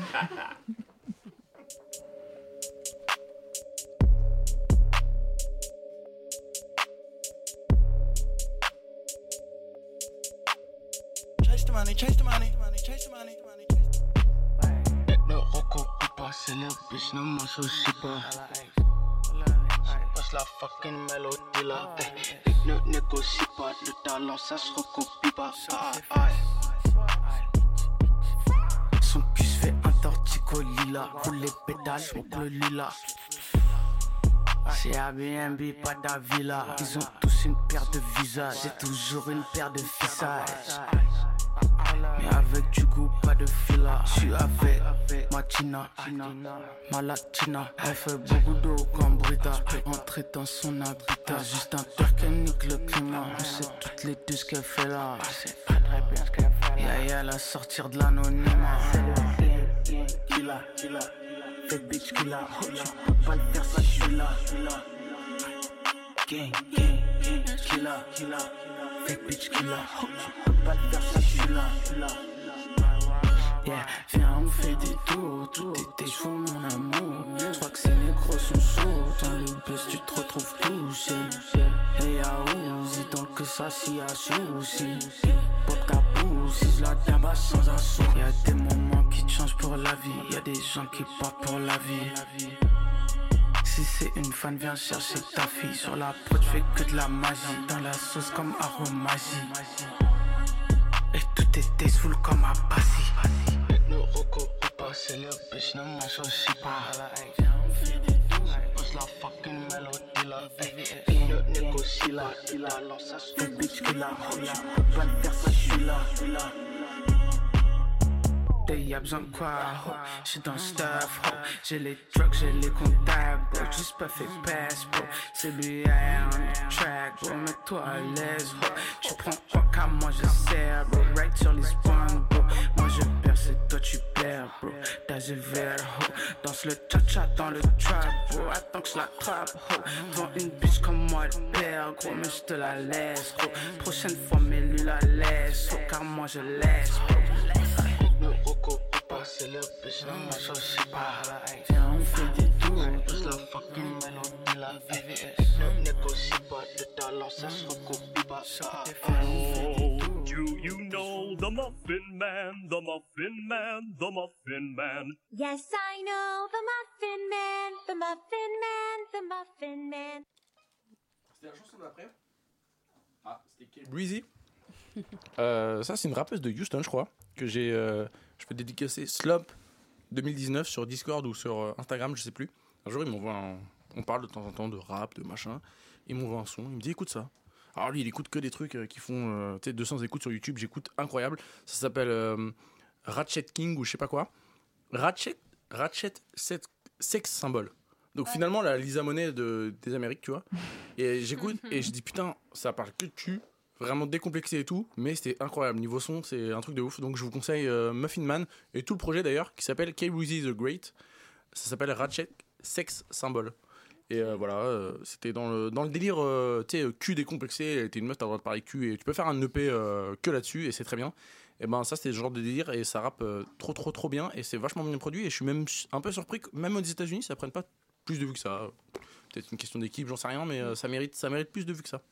Chase the money, chase the money, chase the money, Ne recopie pas, c'est les bitches, ne m'associe pas. Passe la fucking mélodie là. Ne négocie pas, le talent ça se recopie pas. Son cul se fait un tortico lila. Pour les pétales, pour le lilas. C'est Airbnb, pas ta villa. Ils ont tous une paire de visages. J'ai toujours une paire de visages. Mais avec du goût, pas de fila. J'suis avec ma Tina, ma latina. Elle fait beaucoup d'eau comme Brita. J'peux rentrer dans son habitat. Juste un père qui nique le climat. On sait toutes les deux ce qu'elle fait là. C'est pas très bien ce qu'elle fait là. Yeah, la sortir de l'anonymat. Killa, killa. Fake bitch killa. Tu peux pas le faire ça, j'suis là. Gang, gang, gang. Killa, killa. Fake bitch killa. Tu peux pas le faire ça, j'suis là. Yeah, viens on fait des tours. Tout était chaud mon amour. J'crois que ces négros sont sourds. Dans le bus tu te retrouves touché. Hey Aouzi, donc que ça s'y a souci. Pop ta boue, si je la tabasse sans assaut. Y'a des moments qui te changent pour la vie. Y'a des gens qui partent pour la vie. Si c'est une fan, viens chercher ta fille. Sur la prod, j'fais que de la magie. Dans la sauce comme aromagie. Et tout est tasteful comme à Passy. Ne recopie pas, c'est le bitch, ne m'associe pas. Pose la fucking mélodie là. Ne négocie là. La lance, ça se fait bitch qui la roule. J'peux pas le faire, ça j'suis là. Y'a besoin de quoi, ho. J'suis dans le stuff, ho. J'ai les drugs, j'ai les contacts, bro. Juste pas fait pass, bro. C'est lui, on the track, bro. Mets-toi à l'aise, ho. Tu prends quoi qu'à moi, je sers, bro. Right sur les spawns, bro. Moi je perds, c'est toi tu perds, bro. T'as le verre, ho. Danse le cha-cha dans le trap, bro. Attends que je l'attrape, ho. Devant une bitch comme moi, elle perd, gros. Mais je te la laisse, gros. Prochaine fois, mais lui la laisse, ho. Car moi je laisse, bro. Ne recopie pas, c'est le bitch, ne m'associe pas. Viens, on fait des tours, tous la fucking mélodie, la VVS. Ne négocie pas, de talent, ça se recopie pas. Oh, do you know the Muffin Man, the Muffin Man, the Muffin Man? Yes, I know the Muffin Man, the Muffin Man, the Muffin Man. C'était la chanson d'après. Ah, c'était Breezy. Ça, c'est une rappeuse de Houston, je crois, que je peux dédicacer Slop 2019 sur Discord ou sur Instagram, je sais plus. Un jour, il m'envoie on parle de temps en temps de rap, de machin. Il m'envoie un son, il me dit écoute ça. Alors lui, il écoute que des trucs qui font 200 écoutes sur YouTube, j'écoute, incroyable. Ça s'appelle Ratchet King ou je sais pas quoi. Ratchet Sex Symbol. Donc finalement, la Lisa Monet des Amériques, tu vois. Et j'écoute et je dis putain, ça parle que de cul. Vraiment décomplexé et tout, mais c'était incroyable. Niveau son, c'est un truc de ouf. Donc je vous conseille Muffin Man et tout le projet d'ailleurs qui s'appelle K-Weezy the Great. Ça s'appelle Ratchet Sex Symbol. Et voilà, c'était dans le délire, tu sais, cul décomplexé. T'es une meuf, t'as le droit de parler cul et tu peux faire un EP que là-dessus et c'est très bien. Et ben ça, c'était le genre de délire et ça rappe trop bien et c'est vachement bien produit. Et je suis même un peu surpris que même aux États-Unis, ça prenne pas plus de vues que ça. Peut-être une question d'équipe, j'en sais rien, mais ça mérite plus de vues que ça.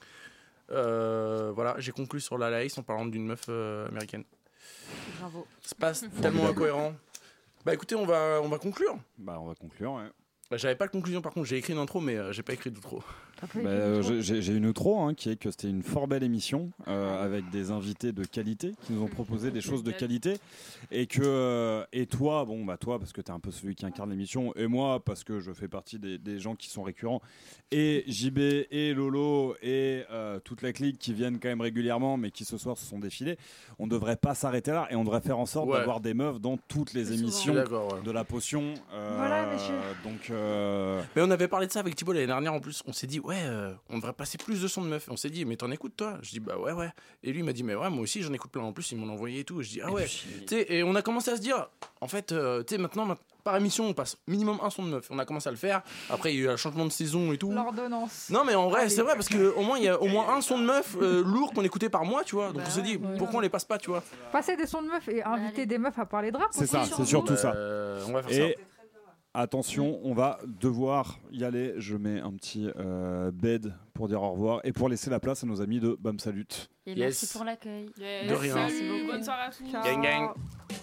Voilà, j'ai conclu sur la laïs en parlant d'une meuf américaine. Bravo. C'est pas tellement incohérent. Bah écoutez, on va conclure. Bah on va conclure, ouais. J'avais pas de conclusion par contre, j'ai écrit une intro mais j'ai pas écrit d'outro. J'ai une outro qui est que c'était une fort belle émission avec des invités de qualité qui nous ont proposé des choses de qualité et toi parce que t'es un peu celui qui incarne l'émission et moi parce que je fais partie des gens qui sont récurrents et JB et Lolo et toute la clique qui viennent quand même régulièrement mais qui ce soir se sont défilés, on devrait pas s'arrêter là et on devrait faire en sorte d'avoir des meufs dans toutes les émissions de la potion. Voilà, messieurs. Donc mais on avait parlé de ça avec Thibaut l'année dernière en plus, on s'est dit ouais, on devrait passer plus de sons de meufs. On s'est dit, mais t'en écoutes toi? Je dis, bah ouais. Et lui il m'a dit, mais ouais, moi aussi j'en écoute plein. En plus, ils m'en ont envoyé et tout. Je dis, ah ouais. Et on a commencé à se dire, en fait, tu sais, maintenant, par émission, on passe minimum un son de meuf. On a commencé à le faire. Après, il y a eu un changement de saison et tout. L'ordonnance. Non, mais en vrai, c'est vrai, parce qu'au moins, il y a au moins un son de meuf lourd qu'on écoutait par mois, tu vois. Donc on s'est dit, pourquoi on les passe pas, tu vois. Passer des sons de meufs et inviter des meufs à parler de rap. C'est ça, c'est surtout ça. On va faire et attention, on va devoir y aller. Je mets un petit bed pour dire au revoir et pour laisser la place à nos amis de Bam Salut. Et merci pour l'accueil. De rien. Salut, bonne soirée à tous. Gang gang.